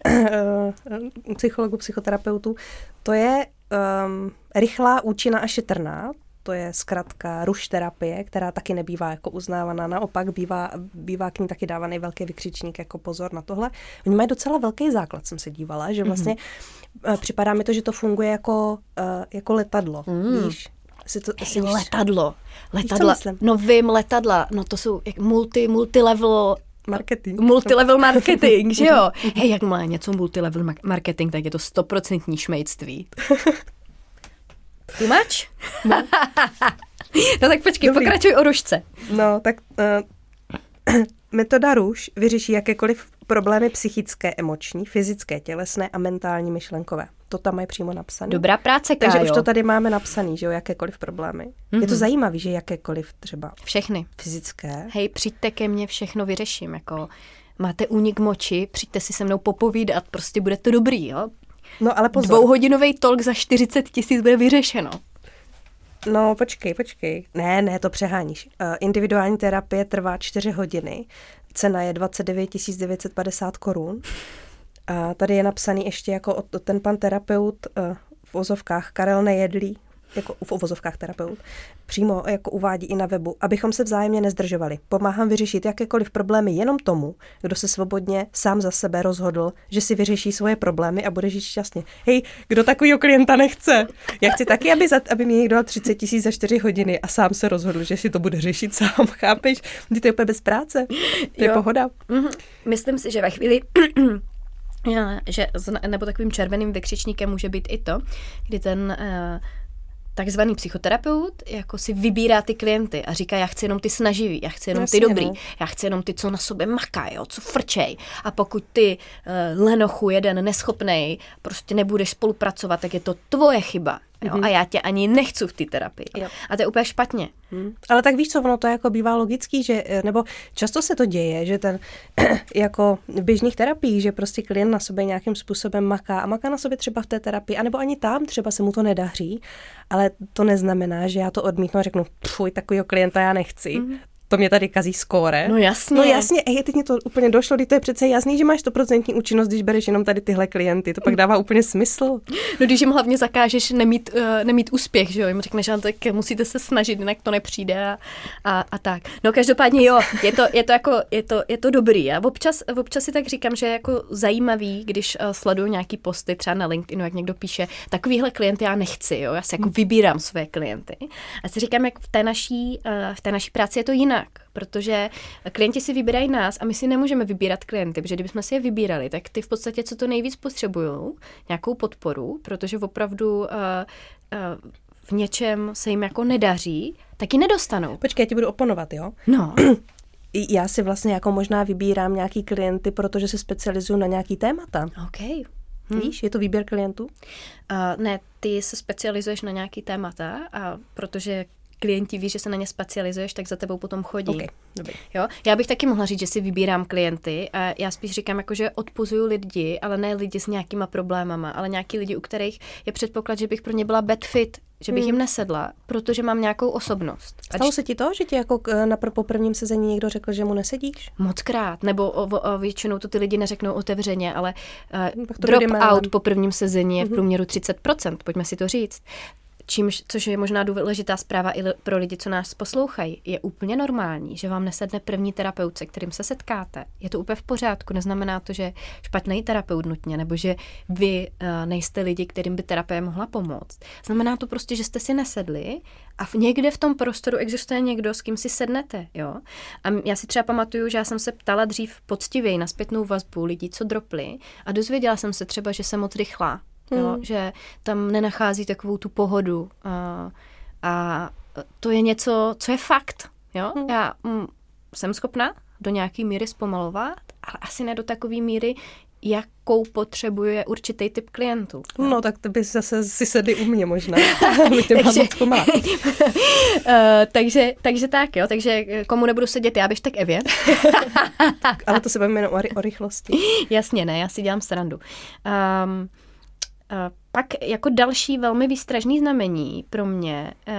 uh, psychologů, psychoterapeutů. To je um, rychlá, účinná a šetrná. To je zkrátka ruš terapie, která taky nebývá jako uznávaná. Naopak bývá, bývá k ní taky dávaný velký vykřičník jako pozor na tohle. Oni mají docela velký základ, jsem se dívala, že vlastně mm-hmm. připadá mi to, že to funguje jako, uh, jako letadlo, mm. víš? Si to, Hej, si víš, letadlo. Letadla. No vím, letadla. No to jsou jak multi, multilevel marketing. Multilevel marketing, že jo? Hej, jak má něco multilevel marketing, tak je to stoprocentní šmejdství. Too much? No. No tak počkej, Dobrý. Pokračuj o rušce. No, tak uh, metoda růž vyřeší jakékoliv problémy psychické, emoční, fyzické, tělesné a mentální myšlenkové. To tam mají přímo napsané. Dobrá práce, Kájo. Takže už to tady máme napsané, že jo, jakékoliv problémy. Mm-hmm. Je to zajímavé, že jakékoliv třeba. Všechny. Fyzické. Hej, přijďte ke mně, všechno vyřeším, jako máte únik moči, přijďte si se mnou popovídat, prostě bude to dobrý, jo. No, ale pozor. Dvouhodinový talk za čtyřicet tisíc bude vyřešeno. No, počkej, počkej. Ne, ne, to přeháníš. Uh, individuální terapie trvá čtyři hodiny. Cena je dvacet devět tisíc devět set padesát korun. A tady je napsaný ještě jako ten pan terapeut uh, v uvozovkách Karel Nejedlý, jako v uvozovkách terapeut, přímo jako uvádí i na webu, abychom se vzájemně nezdržovali. Pomáhám vyřešit jakékoliv problémy jenom tomu, kdo se svobodně sám za sebe rozhodl, že si vyřeší svoje problémy a bude žít šťastně. Hej, kdo takovýho klienta nechce? Já chci taky, aby, za, aby mi někdo dal třicet tisíc za čtyři hodiny a sám se rozhodl, že si to bude řešit sám, chápeš? Ty to je úplně bez práce. To je jo. Pohoda. Mm-hmm. Myslím si, že ve chvíli... že nebo takovým červeným vykřičníkem může být i to, kdy ten... Uh, takzvaný psychoterapeut jako si vybírá ty klienty a říká, já chci jenom ty snaživý, já chci jenom Jasně, ty dobrý, no. já chci jenom ty, co na sobě makají, co frčej. A pokud ty uh, lenochu jeden neschopnej prostě nebudeš spolupracovat, tak je to tvoje chyba. Jo? Mm-hmm. A já tě ani nechci v té terapii. Jo. A to je úplně špatně. Hmm. Ale tak víš co, ono to jako bývá logický, že, nebo často se to děje, že ten jako v běžných terapiích, že prostě klient na sobě nějakým způsobem maká a maká na sobě třeba v té terapii, anebo ani tam třeba se mu to nedaří, ale to neznamená, že já to odmítnu a řeknu, fuj, takovýho klienta já nechci. Mm-hmm. To mě tady kazí skóre. No jasně. No jasně, ej, teď mě to úplně došlo, teď to je přece jasný, že máš sto procent účinnost, když bereš jenom tady tyhle klienty, to pak dává úplně smysl. No když jim hlavně zakážeš nemít, uh, nemít úspěch, že jo, jim řekneš, že tak musíte se snažit, jinak to nepřijde a, a, a tak. No každopádně jo, je to, je to jako, je to, je to dobrý a občas, občas si tak říkám, že je jako zajímavý, když uh, sleduju nějaký posty třeba na LinkedInu, jak někdo píše, takovýhle klienty já nechci, jo, já si jako vybírám své klienty. A si říkám, jak v té naší, uh, v té naší práci je to jinak. Protože klienti si vybírají nás a my si nemůžeme vybírat klienty, protože kdybychom si je vybírali, tak ty v podstatě co to nejvíc potřebují, nějakou podporu, protože opravdu uh, uh, v něčem se jim jako nedaří, tak ji nedostanou. Počkej, já ti budu oponovat, jo? No. Já si vlastně jako možná vybírám nějaký klienty, protože se specializuju na nějaký témata. OK. Hm. Víš, je to výběr klientů? Uh, ne, ty se specializuješ na nějaký témata, a protože klienti ví, že se na ně specializuješ, tak za tebou potom chodí. Okay, dobrý. Jo? Já bych taky mohla říct, že si vybírám klienty a já spíš říkám, jako, že odpuzuju lidi, ale ne lidi s nějakýma problémama, ale nějaký lidi, u kterých je předpoklad, že bych pro ně byla bad fit, že bych hmm. jim nesedla, protože mám nějakou osobnost. Stalo Ač... se ti to, že ti jako na pr- po prvním sezení někdo řekl, že mu nesedíš? Mockrát, nebo o, o, o, většinou to ty lidi neřeknou otevřeně, ale uh, drop out po prvním sezení je v průměru třicet procent, pojďme si to říct. Čímž, což je možná důležitá zpráva i pro lidi, co nás poslouchají, je úplně normální, že vám nesedne první terapeut, se kterým se setkáte. Je to úplně v pořádku, neznamená to, že špatný terapeut nutně, nebo že vy uh, nejste lidi, kterým by terapie mohla pomoct. Znamená to prostě, že jste si nesedli a v, někde v tom prostoru existuje někdo, s kým si sednete. Jo? A já si třeba pamatuju, že já jsem se ptala dřív poctivěji na zpětnou vazbu lidí, co dropli, a dozvěděla jsem se třeba, že jsem moc rychlá. Jo, hmm. že tam nenachází takovou tu pohodu a, a to je něco, co je fakt. Jo? Hmm. Já mm, jsem schopna do nějaký míry zpomalovat, ale asi ne do takové míry, jakou potřebuje určitý typ klientů. No, no tak to by zase si sedli u mě možná. takže, uh, takže, takže tak, jo. Takže komu nebudu sedět, já běž tak Evě. Ale to se bavíme o, o rychlosti. Jasně, ne, já si dělám srandu. Um, Uh, pak jako další velmi výstražný znamení pro mě uh,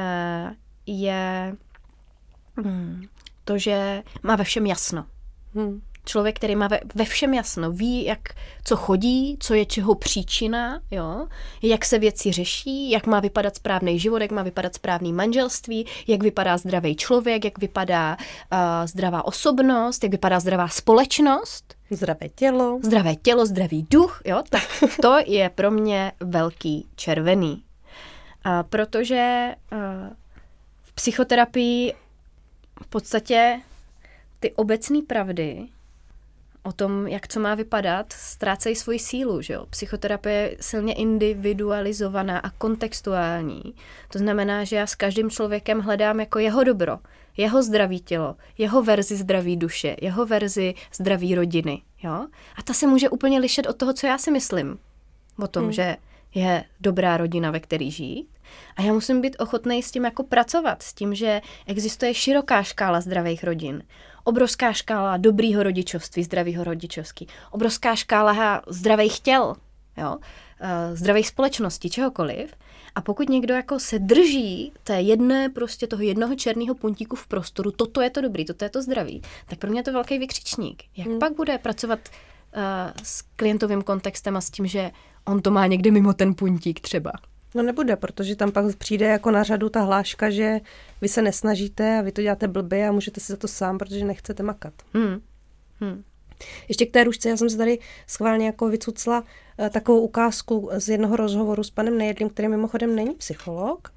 je hmm, to, že má ve všem jasno. Hmm. Člověk, který má ve, ve všem jasno, ví, jak, co chodí, co je čeho příčina, jo? Jak se věci řeší, jak má vypadat správný život, jak má vypadat správný manželství, jak vypadá zdravý člověk, jak vypadá uh, zdravá osobnost, jak vypadá zdravá společnost. Zdravé tělo. Zdravé tělo, zdravý duch, jo, tak to je pro mě velký červený. A protože uh, v psychoterapii v podstatě ty obecné pravdy o tom, jak co má vypadat, ztrácejí svoji sílu, že jo. Psychoterapie je silně individualizovaná a kontextuální. To znamená, že já s každým člověkem hledám jako jeho dobro, jeho zdravý tělo, jeho verzi zdraví duše, jeho verzi zdraví rodiny, jo. A ta se může úplně lišit od toho, co já si myslím o tom, hmm. že je dobrá rodina, ve který žít. A já musím být ochotný s tím jako pracovat, s tím, že existuje široká škála zdravých rodin, obrovská škála dobrýho rodičovství, zdravýho rodičovství, obrovská škála zdravých těl, jo, zdravých společností, čehokoliv. A pokud někdo jako se drží té jedné, prostě toho jednoho černého puntíku v prostoru, toto je to dobrý, toto je to zdravý, tak pro mě je to velký vykřičník. Jak hmm. pak bude pracovat uh, s klientovým kontextem a s tím, že on to má někde mimo ten puntík třeba? No nebude, protože tam pak přijde jako na řadu ta hláška, že vy se nesnažíte a vy to děláte blbě a můžete si za to sám, protože nechcete makat. Hmm. Hmm. Ještě k té růžce, já jsem se tady schválně jako vycucla uh, takovou ukázku z jednoho rozhovoru s panem Nejedlým, který mimochodem není psycholog,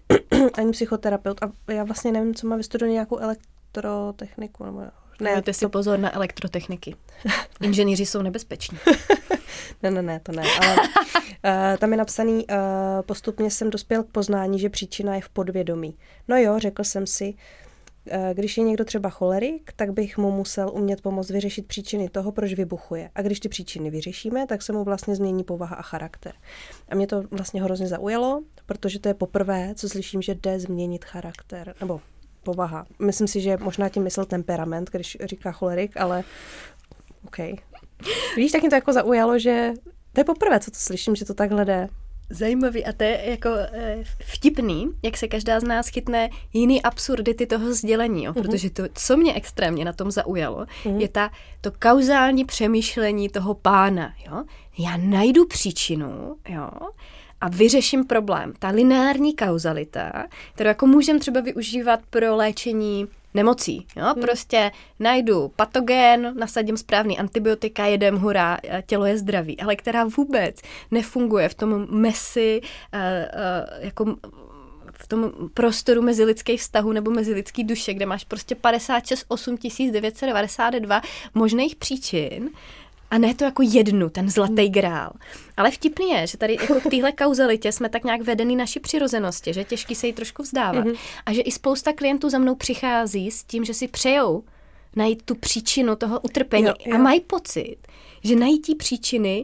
ani psychoterapeut a já vlastně nevím, co má vystudovat nějakou elektrotechniku. Nebo ne, dejte si pozor na elektrotechniky. Inženýři jsou nebezpeční. ne, ne, ne, to ne. Ale uh, tam je napsaný, uh, postupně jsem dospěl k poznání, že příčina je v podvědomí. No jo, řekl jsem si, uh, když je někdo třeba cholerik, tak bych mu musel umět pomoct vyřešit příčiny toho, proč vybuchuje. A když ty příčiny vyřešíme, tak se mu vlastně změní povaha a charakter. A mě to vlastně hrozně zaujalo, protože to je poprvé, co slyším, že jde změnit charakter, nebo povaha. Myslím si, že možná tím myslel temperament, když říká cholerik, ale OK. Víš, tak mě to jako zaujalo, že to je poprvé, co to slyším, že to takhle jde. Zajímavý a to je jako e, vtipný, jak se každá z nás chytne jiný absurdity toho sdělení, jo? Protože to, co mě extrémně na tom zaujalo, mm-hmm. je ta, to kauzální přemýšlení toho pána. Jo? Já najdu příčinu, jo, a vyřeším problém. Ta lineární kauzalita, kterou jako můžeme třeba využívat pro léčení nemocí. Jo? Hmm. Prostě najdu patogen, nasadím správný antibiotika, jedem, hurá, tělo je zdravý, ale která vůbec nefunguje v tom mesi, uh, uh, jako v tom prostoru mezilidských vztahů nebo mezilidský duše, kde máš prostě padesát šest osm tisíc devět set devadesát dva možných příčin, a ne to jako jednu, ten zlatý grál. Ale vtipný je, že tady jako k téhle kauzalitě jsme tak nějak vedený naší přirozenosti, že je těžký se jí trošku vzdávat. Mm-hmm. A že i spousta klientů za mnou přichází s tím, že si přejou najít tu příčinu toho utrpení jo, jo. a mají pocit, že najít tí příčiny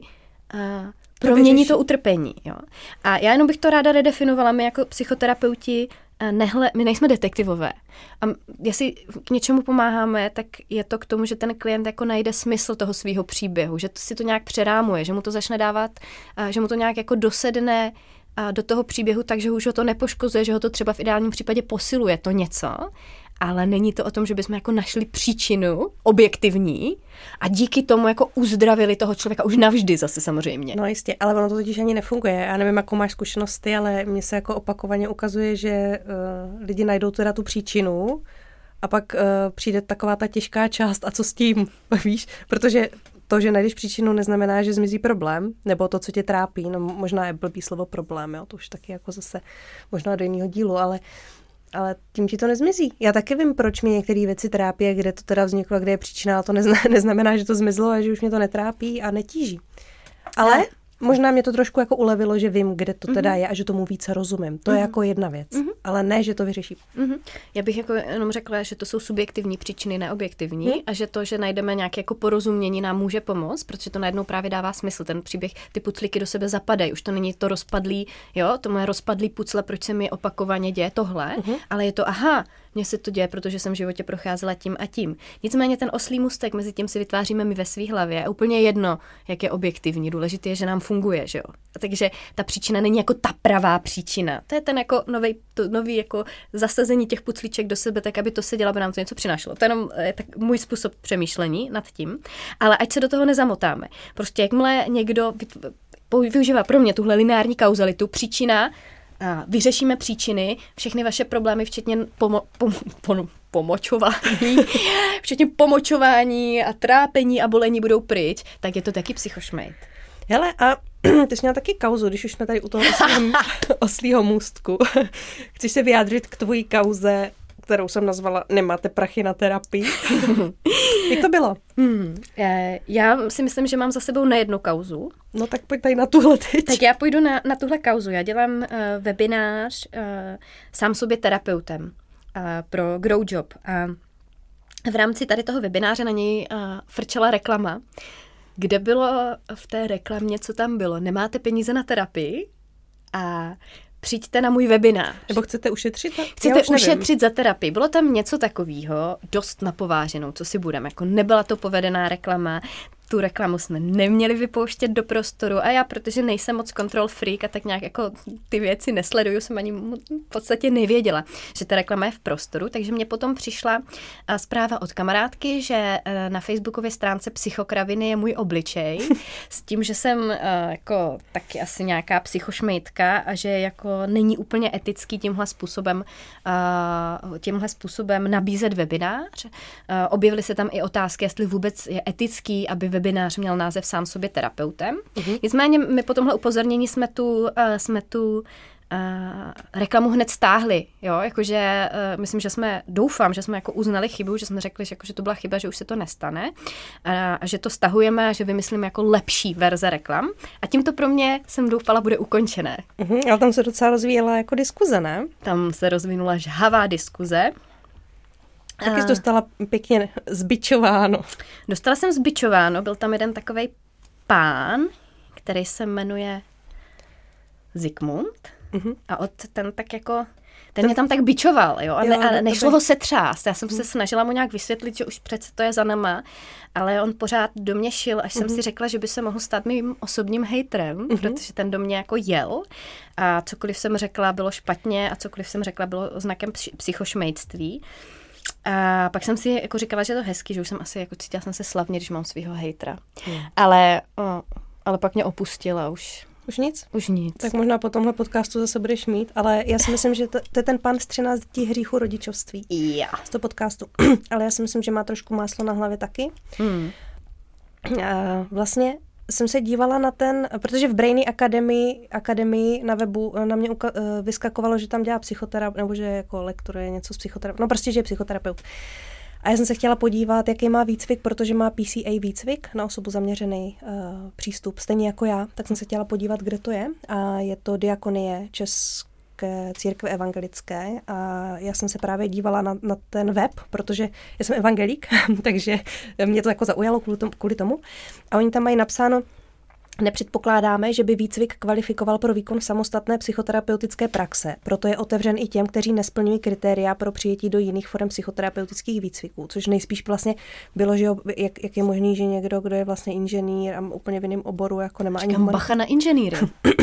a promění to utrpení. Jo. A já jenom bych to ráda redefinovala, my jako psychoterapeuti nehle, my nejsme detektivové. A jestli k něčemu pomáháme, tak je to k tomu, že ten klient jako najde smysl toho svého příběhu, že to si to nějak přerámuje, že mu to začne dávat, že mu to nějak jako dosedne do toho příběhu, takže už ho to nepoškozuje, že ho to třeba v ideálním případě posiluje to něco, ale není to o tom, že bychom jako našli příčinu objektivní a díky tomu jako uzdravili toho člověka už navždy zase samozřejmě. No jistě, ale ono to totiž ani nefunguje. Já nevím, jakou máš zkušenosti, ale mně se jako opakovaně ukazuje, že uh, lidi najdou teda tu příčinu a pak uh, přijde taková ta těžká část a co s tím, víš? Protože to, že najdeš příčinu, neznamená, že zmizí problém, nebo to, co tě trápí, no možná je blbý slovo problém, jo, to už taky jako zase možná do jiného dílu, ale Ale tím ti to nezmizí. Já taky vím, proč mě některé věci trápí, kde to teda vzniklo, kde je příčina, ale to neznamená, že to zmizlo a že už mě to netrápí a netíží. Ale ne. Možná mě to trošku jako ulevilo, že vím, kde to teda mm-hmm. je a že tomu více rozumím. To mm-hmm. je jako jedna věc, mm-hmm. ale ne, že to vyřeší. Mm-hmm. Já bych jako jenom řekla, že to jsou subjektivní příčiny, neobjektivní mm. a že to, že najdeme nějaké jako porozumění, nám může pomoct, protože to najednou právě dává smysl. Ten příběh, ty puclíky do sebe zapadají. Už to není to rozpadlý, jo, to moje rozpadlý pucle, proč se mi opakovaně děje tohle, mm-hmm. ale je to aha, mně se to děje, protože jsem v životě procházela tím a tím. Nicméně ten oslí můstek mezi tím si vytváříme my ve své hlavě. A úplně jedno, jak je objektivní. Důležité je, že nám funguje, že jo. A takže ta příčina není jako ta pravá příčina. To je ten jako nový, to nový jako zasazení těch puclíček do sebe, tak aby to sedělo, aby nám to něco přinášelo. To je jenom je tak můj způsob přemýšlení nad tím. Ale ať se do toho nezamotáme. Prostě jakmile někdo využívá pro mě tuhle lineární kauzalitu, příčina, a vyřešíme příčiny, všechny vaše problémy, včetně pomo, pom, pom, pomočování, včetně pomočování a trápení a bolení budou pryč, tak je to taky psychošmejt. Hele, a ty jsi měla taky kauzu, když už jsme tady u toho oslího, oslího můstku. Chceš se vyjádřit k tvojí kauze, kterou jsem nazvala Nemáte prachy na terapii? Jak to bylo? Hmm. Já si myslím, že mám za sebou nejednu kauzu. No tak pojď tady na tuhle teď. Tak já půjdu na, na tuhle kauzu. Já dělám uh, webinář uh, sám sobě terapeutem uh, pro Grow Job. A v rámci tady toho webináře na něj uh, frčela reklama, kde bylo v té reklamě, co tam bylo. Nemáte peníze na terapii a přijďte na můj webinář. Nebo chcete ušetřit? Chcete ušetřit za terapii. Bylo tam něco takového, dost napováženou, co si budeme. Jako nebyla to povedená reklama. tu reklamu jsme neměli vypouštět do prostoru a já, protože nejsem moc control freak a tak nějak jako ty věci nesleduju, jsem ani v podstatě nevěděla, že ta reklama je v prostoru, takže mě potom přišla zpráva od kamarádky, že na facebookové stránce Psychokraviny je můj obličej s tím, že jsem jako taky asi nějaká psychošmejtka a že jako není úplně etický tímhle způsobem, tímhle způsobem nabízet webinář. Objevily se tam i otázky, jestli vůbec je etický, aby webinář měl název sám sobě terapeutem. Uh-huh. Nicméně my po tomhle upozornění jsme tu, uh, jsme tu uh, reklamu hned stáhli. Jo? Jakože, uh, myslím, že jsme, doufám, že jsme jako uznali chybu, že jsme řekli, že, jako, že to byla chyba, že už se to nestane a, a že to stahujeme a že vymyslíme jako lepší verze reklam. A tímto pro mě, jsem doufala, bude ukončené. Uh-huh. Ale tam se docela rozvíjela jako diskuze, ne? Tam se rozvinula žhavá diskuze. Taky jsi dostala pěkně zbičováno. Dostala jsem zbičováno, byl tam jeden takovej pán, který se jmenuje Zikmund uh-huh. a od ten tak jako, ten, ten mě tam tak bičoval, jo, a, ne, a nešlo ho setřást. Já jsem uh-huh. se snažila mu nějak vysvětlit, že už přece to je za náma, ale on pořád do mě šil, až uh-huh. jsem si řekla, že by se mohl stát mým osobním hejtrem, uh-huh. protože ten do mě jako jel a cokoliv jsem řekla bylo špatně a cokoliv jsem řekla bylo znakem psychošmejství. A pak jsem si jako říkala, že je to hezky, že už jsem asi jako cítila jsem se slavně, když mám svýho hejtra. Hmm. Ale, o, ale pak mě opustila už. Už nic? Už nic. Tak možná po tomhle podcastu zase budeš mít, ale já si myslím, že to, to je ten pán z třinácti hříchů rodičovství. Já. Z toho podcastu. Ale já si myslím, že má trošku máslo na hlavě taky. Hmm. A vlastně jsem se dívala na ten, protože v Brainy Academy, Academy na webu na mě uka- vyskakovalo, že tam dělá psychoterapeut, nebo že jako lektoruje něco z psychoterapeut, no prostě, že je psychoterapeut. A já jsem se chtěla podívat, jaký má výcvik, protože má P C A výcvik na osobu zaměřený uh, přístup, stejně jako já, tak jsem se chtěla podívat, kde to je. A je to Diakonie České církve evangelické a já jsem se právě dívala na, na ten web, protože já jsem evangelík, takže mě to jako zaujalo kvůli tomu, kvůli tomu. A oni tam mají napsáno, nepředpokládáme, že by výcvik kvalifikoval pro výkon samostatné psychoterapeutické praxe, proto je otevřen i těm, kteří nesplňují kritéria pro přijetí do jiných forem psychoterapeutických výcviků, což nejspíš vlastně bylo, že jak, jak je možný, že někdo, kdo je vlastně inženýr a úplně v jiném oboru, jako nemá ani humanitní... bacha na inženýry.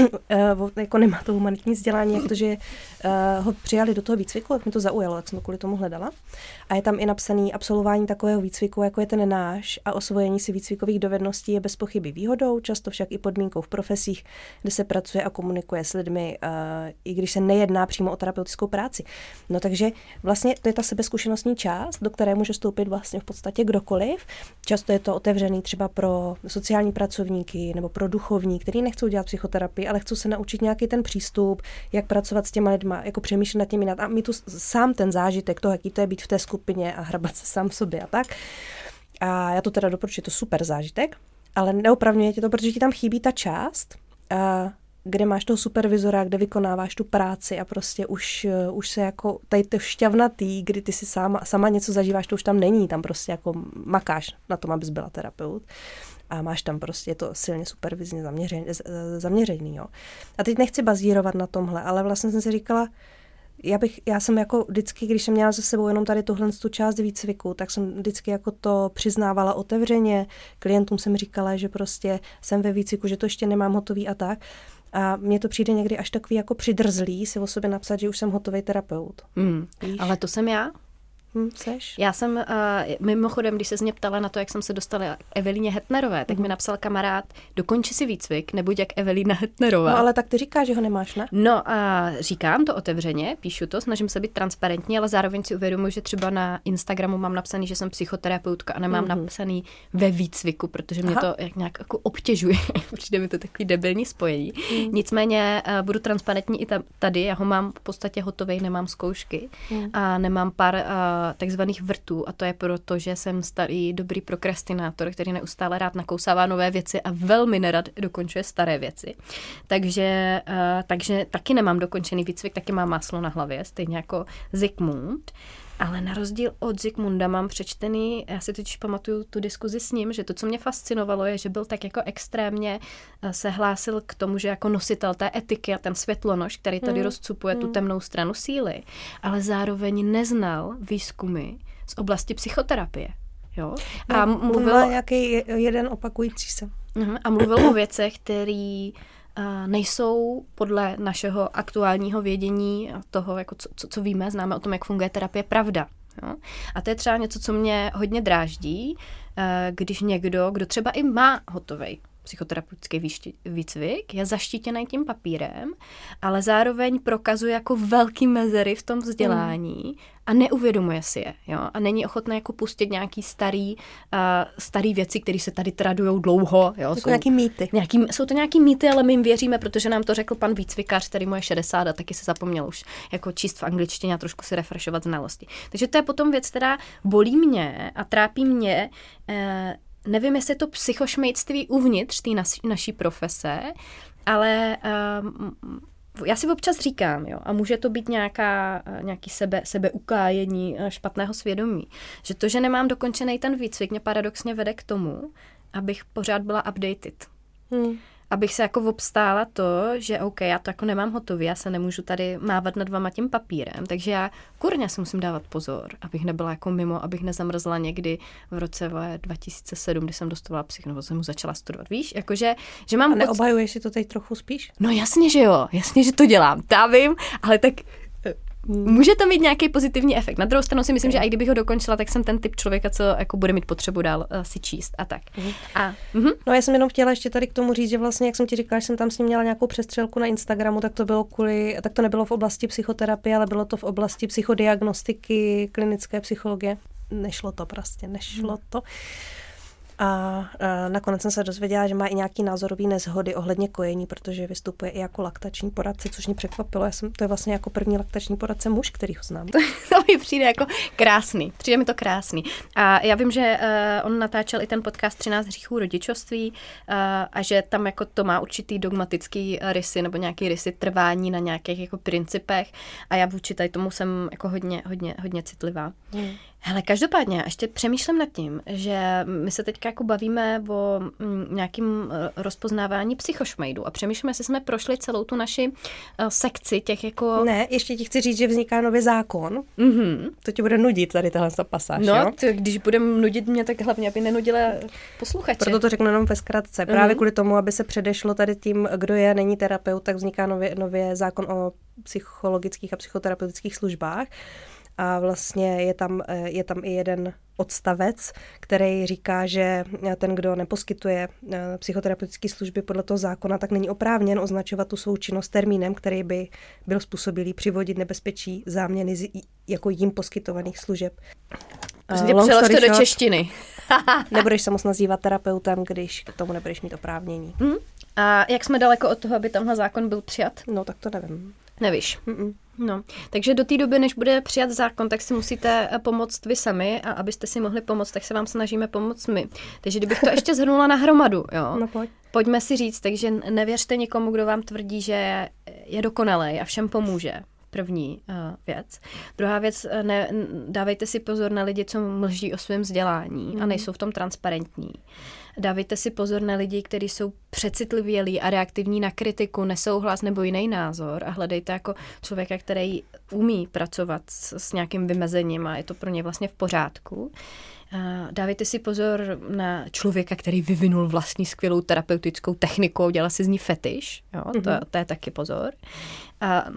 jako nemá to humanitní vzdělání, jak to, že uh, ho přijali do toho výcviku, tak mi to zaujalo, jak jsem to kvůli tomu hledala. A je tam i napsaný absolvování takového výcviku, jako je ten náš, a osvojení si výcvikových dovedností je bez pochyby výhodou, často však i podmínkou v profesích, kde se pracuje a komunikuje s lidmi, uh, i když se nejedná přímo o terapeutickou práci. No takže vlastně to je ta sebezkušenostní část, do které může vstoupit vlastně v podstatě kdokoliv. Často je to otevřený třeba pro sociální pracovníky nebo pro duchovní, kteří nechcou dělat psychoterapii, ale chcou se naučit nějaký ten přístup, jak pracovat s těma lidma, jako přemýšlet nad těmi a mít tu sám ten zážitek toho, jaký to je být v té skupině a hrabat se sám v sobě a tak. A já to teda doporučuji, je to super zážitek. Ale neopravňuje tě to, protože ti tam chybí ta část, a kde máš toho supervizora, kde vykonáváš tu práci a prostě už, už se jako tady to šťavnatý, kdy ty si sama, sama něco zažíváš, to už tam není, tam prostě jako makáš na tom, abys byla terapeut a máš tam prostě to silně supervizně zaměřený, zaměřený jo. A teď nechci bazírovat na tomhle, ale vlastně jsem si říkala, Já, bych, já jsem jako vždycky, když jsem měla za sebou jenom tady tuhle tu část výcviku, tak jsem vždycky jako to přiznávala otevřeně. Klientům jsem říkala, že prostě jsem ve výcviku, že to ještě nemám hotový a tak. A mně to přijde někdy až takový jako přidrzlý si o sobě napsat, že už jsem hotový terapeut. Mm, ale to jsem já. Hm, seš? Já jsem, uh, mimochodem, když se mě ptala na to, jak jsem se dostala k Evelíně Hetnerové, tak mm. mi napsal kamarád, dokonči si výcvik, nebuď jak Evelína Hetnerová. No ale tak ty říkáš, že ho nemáš, ne? No a říkám to otevřeně, píšu to, snažím se být transparentní, ale zároveň si uvědomuji, že třeba na Instagramu mám napsaný, že jsem psychoterapeutka a nemám mm. napsaný ve výcviku, protože mě Aha. to jak nějak jako obtěžuje. Přijde mi to takový debilní spojení. Mm. Nicméně uh, budu transparentní i tady, já ho mám v podstatě hotovej, nemám zkoušky mm. a nemám pár uh, takzvaných vrtů a to je proto, že jsem starý dobrý prokrastinátor, který neustále rád nakousává nové věci a velmi nerad dokončuje staré věci. Takže, uh, takže taky nemám dokončený výcvik, taky mám máslo na hlavě, stejně jako Zikmund. Ale na rozdíl od Zikmunda mám přečtený, já si totiž pamatuju tu diskuzi s ním, že to, co mě fascinovalo, je, že byl tak jako extrémně se hlásil k tomu, že jako nositel té etiky a ten světlonož, který tady hmm. rozcupuje hmm. tu temnou stranu síly, ale zároveň neznal výzkumy z oblasti psychoterapie. Jo? A no, mluvil o nějaký jeden opakující se. A mluvil o věcech, které nejsou podle našeho aktuálního vědění toho, jako co, co, co víme, známe o tom, jak funguje terapie, pravda. Jo? A to je třeba něco, co mě hodně dráždí, když někdo, kdo třeba i má hotovej psychoterapeutický výcvik, je zaštítěný tím papírem, ale zároveň prokazuje jako velký mezery v tom vzdělání mm. a neuvědomuje si je. Jo? A není ochotný jako pustit nějaký starý, uh, starý věci, které se tady tradujou dlouho. Jo? Jako jsou nějaký mýty. Nějaký, jsou to nějaký mýty, ale my jim věříme, protože nám to řekl pan výcvikař, který mu je šedesát a taky se zapomněl už jako číst v angličtině a trošku si refreshovat znalosti. Takže to je potom věc, která bolí mě a trápí mě. Uh, Nevím, jestli je to psychošmejství uvnitř té naši, naší profese, ale um, já si občas říkám, jo, a může to být nějaká, nějaký sebe, sebeukájení špatného svědomí, že to, že nemám dokončený ten výcvik, mě paradoxně vede k tomu, abych pořád byla updated. Hmm. Abych se jako obstála to, že OK, já to jako nemám hotový, já se nemůžu tady mávat nad vama tím papírem, takže já kurně si musím dávat pozor, abych nebyla jako mimo, abych nezamrzla někdy v roce dva tisíce sedm, kdy jsem dostudovala psychologu, jsem mu začala studovat, víš, jakože, že mám... A neobhajuješ si to teď trochu spíš? No jasně, že jo, jasně, že to dělám, já vím, ale tak... Může to mít nějaký pozitivní efekt. Na druhou stranu si myslím, že i kdybych ho dokončila, tak jsem ten typ člověka, co jako bude mít potřebu dál uh, si číst a tak. Mm. A, uh-huh. No já jsem jenom chtěla ještě tady k tomu říct, že vlastně, jak jsem ti říkala, že jsem tam s ním měla nějakou přestřelku na Instagramu, tak to bylo kvůli, tak to nebylo v oblasti psychoterapie, ale bylo to v oblasti psychodiagnostiky, klinické psychologie. Nešlo to prostě, nešlo mm. to. A, a nakonec jsem se dozvěděla, že má i nějaký názorový nezhody ohledně kojení, protože vystupuje i jako laktační poradce, což mě překvapilo. Já jsem, to je vlastně jako první laktační poradce muž, který ho znám. To, to mi přijde jako krásný. Přijde mi to krásný. A já vím, že uh, on natáčel i ten podcast třináct hříchů rodičovství uh, a že tam jako to má určitý dogmatický rysy nebo nějaký rysy trvání na nějakých jako principech a já vůči tady tomu jsem jako hodně, hodně, hodně citlivá. Hmm. Hele, každopádně, ještě přemýšlím nad tím, že my se teďka jako bavíme o nějakým rozpoznávání psychošmejdů a přemýšlím, jestli jsme prošli celou tu naši sekci těch jako... Ne, ještě ti chci říct, že vzniká nový zákon. Mm-hmm. To tě bude nudit tady tahle pasáž, no, jo? No, když budeme nudit mě, tak hlavně, aby nenudila posluchače. Proto to řeknu jenom ve zkratce. Právě mm-hmm. kvůli tomu, aby se předešlo tady tím, kdo je, není terapeut, tak vzniká nový, nový zákon o psychologických a psychoterapeutických službách. A vlastně je tam, je tam i jeden odstavec, který říká, že ten, kdo neposkytuje psychoterapeutické služby podle toho zákona, tak není oprávněn označovat tu svou činnost termínem, který by byl způsobilý přivodit nebezpečí záměny z jako jim poskytovaných služeb. Prostě přelož to do češtiny. Nebudeš se moc nazývat terapeutem, když k tomu nebudeš mít oprávnění. Mm. A jak jsme daleko od toho, aby tenhle zákon byl přijat? No, tak to nevím. Nevíš. Mm-mm. No, takže do té doby, než bude přijat zákon, tak si musíte pomoct vy sami a abyste si mohli pomoct, tak se vám snažíme pomoct my. Takže kdybych to ještě shrnula na hromadu, jo. No, pojď. Pojďme si říct, takže nevěřte nikomu, kdo vám tvrdí, že je dokonalej a všem pomůže. První uh, věc. Druhá věc, ne, dávejte si pozor na lidi, co mlží o svém vzdělání mm. a nejsou v tom transparentní. Dávejte si pozor na lidi, kteří jsou přecitlivělí a reaktivní na kritiku, nesouhlas nebo jiný názor a hledejte jako člověka, který umí pracovat s, s nějakým vymezením a je to pro ně vlastně v pořádku. Dávejte si pozor na člověka, který vyvinul vlastní skvělou terapeutickou techniku, udělal si z ní fetiš, jo, mm-hmm. to, to je taky pozor. A, a,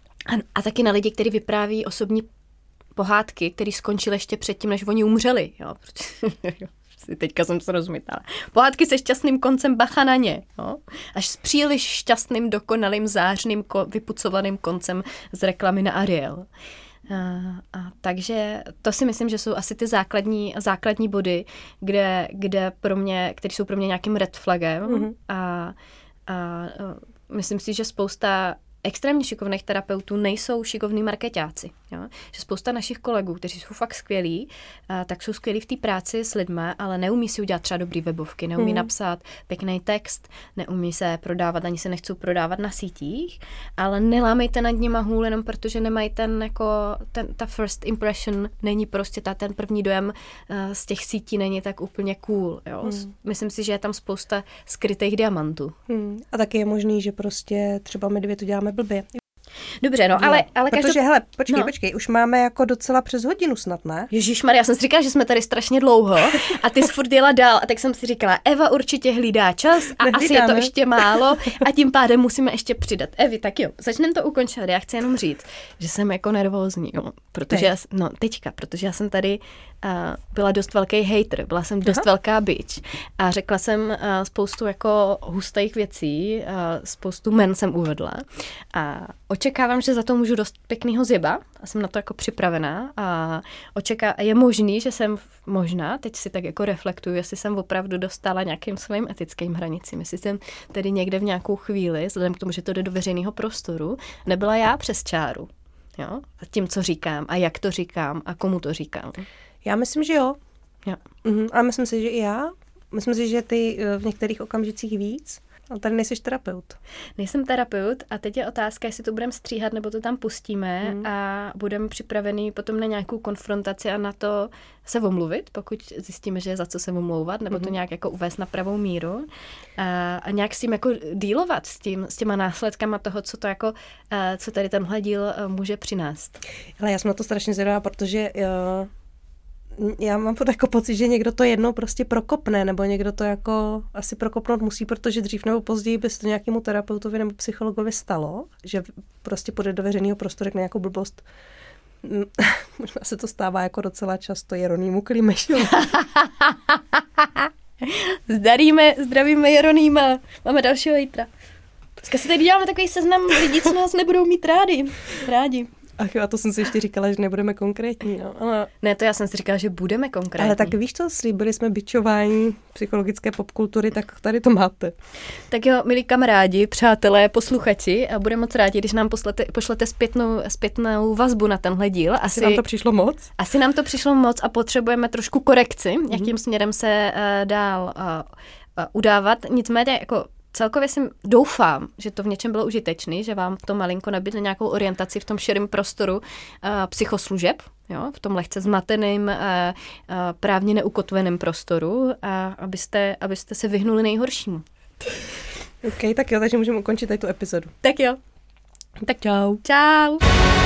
a taky na lidi, kteří vypráví osobní pohádky, které skončily ještě předtím, než oni umřeli. Jo, protože... Teďka jsem se rozmítala. Pohádky se šťastným koncem, bacha na ně. Jo? Až s příliš šťastným, dokonalým, zářným, ko- vypucovaným koncem z reklamy na Ariel. A, a, takže to si myslím, že jsou asi ty základní, základní body, kde, kde pro mě, které jsou pro mě nějakým red flagem. Mm-hmm. A, a, a myslím si, že spousta extrémně šikovných terapeutů nejsou šikovní markeťáci. Jo? Že spousta našich kolegů, kteří jsou fakt skvělí, a, tak jsou skvělí v té práci s lidmi, ale neumí si udělat třeba dobrý webovky, neumí hmm. napsat pěkný text, neumí se prodávat, ani se nechcou prodávat na sítích, ale nelámejte nad nima hůl jenom protože nemají ten, jako, ten, ta first impression, není prostě ta, ten první dojem uh, z těch sítí není tak úplně cool. Jo? Hmm. Myslím si, že je tam spousta skrytých diamantů. Hmm. A taky je možný, že prostě třeba my dvě to děláme blbě. Dobře, no, ale, ale Protože, každop... hele, počkej, no. počkej, už máme jako docela přes hodinu snad, ne? Ježišmarja, já jsem si říkala, že jsme tady strašně dlouho a ty jsi furt jela dál a tak jsem si říkala, Eva určitě hlídá čas a Nehlídá, asi je to ne? ještě málo a tím pádem musíme ještě přidat. Evi, tak jo, začneme to ukončovat. Já chci jenom říct, že jsem jako nervózní, jo, protože já, no teďka, protože já jsem tady uh, byla dost velký hater, byla jsem dost Aha. velká bitch a řekla jsem uh, spoustu jako hustých věcí, uh, spoustu men jsem uvedla a očekávám, že za to můžu dost pěknýho zjeba a jsem na to jako připravená a očeká, je možný, že jsem možná, teď si tak jako reflektuju, jestli jsem opravdu dostala nějakým svým etickým hranicím, jestli jsem tedy někde v nějakou chvíli, vzhledem k tomu, že to jde do veřejného prostoru, nebyla já přes čáru, jo, tím, co říkám a jak to říkám a komu to říkám. Já myslím, že jo. Jo. Mhm, a myslím si, že i já. Myslím si, že ty v některých okamžicích víc. Ale tady nejsiš terapeut. Nejsem terapeut a teď je otázka, jestli to budeme stříhat, nebo to tam pustíme hmm. a budeme připravený potom na nějakou konfrontaci a na to se omluvit, pokud zjistíme, že je za co se omlouvat, nebo hmm. to nějak jako uvést na pravou míru a, a nějak s tím jako dílovat s tím, s těma následkama toho, co to jako, co tady tenhle díl může přinést. Ale já jsem na to strašně zvědavá, protože uh... já mám jako pocit, že někdo to jednou prostě prokopne, nebo někdo to jako asi prokopnout musí, protože dřív nebo později by se to nějakému terapeutovi nebo psychologovi stalo, že prostě půjde do veřejného prostoru, řekne nějakou blbost. Možná se to stává jako docela často Jeronýmu Klimešovi. Zdaríme, zdravíme Jeronýma. Máme dalšího hejtra. Dneska si tady děláme takový seznam lidí, co nás nebudou mít rádi. Rádi. Ach jo, a to jsem si ještě říkala, že nebudeme konkrétní. No. Ale... Ne, to já jsem si říkala, že budeme konkrétní. Ale tak víš co, slíbili jsme bičování psychologické popkultury, tak tady to máte. Tak jo, milí kamarádi, přátelé, posluchači, a budeme moc rádi, když nám poslete, pošlete zpětnou, zpětnou vazbu na tenhle díl. Asi, asi nám to přišlo moc? Asi nám to přišlo moc a potřebujeme trošku korekci, mm-hmm. jakým směrem se uh, dál uh, uh, udávat. Nicméně, jako celkově si doufám, že to v něčem bylo užitečný, že vám to malinko nabídne nějakou orientaci v tom širém prostoru uh, psychoslužeb, jo, v tom lehce zmateným, uh, uh, právně neukotveném prostoru, a abyste, abyste se vyhnuli nejhoršímu. OK, tak jo, takže můžeme ukončit tady tu epizodu. Tak jo. Tak čau. Čau.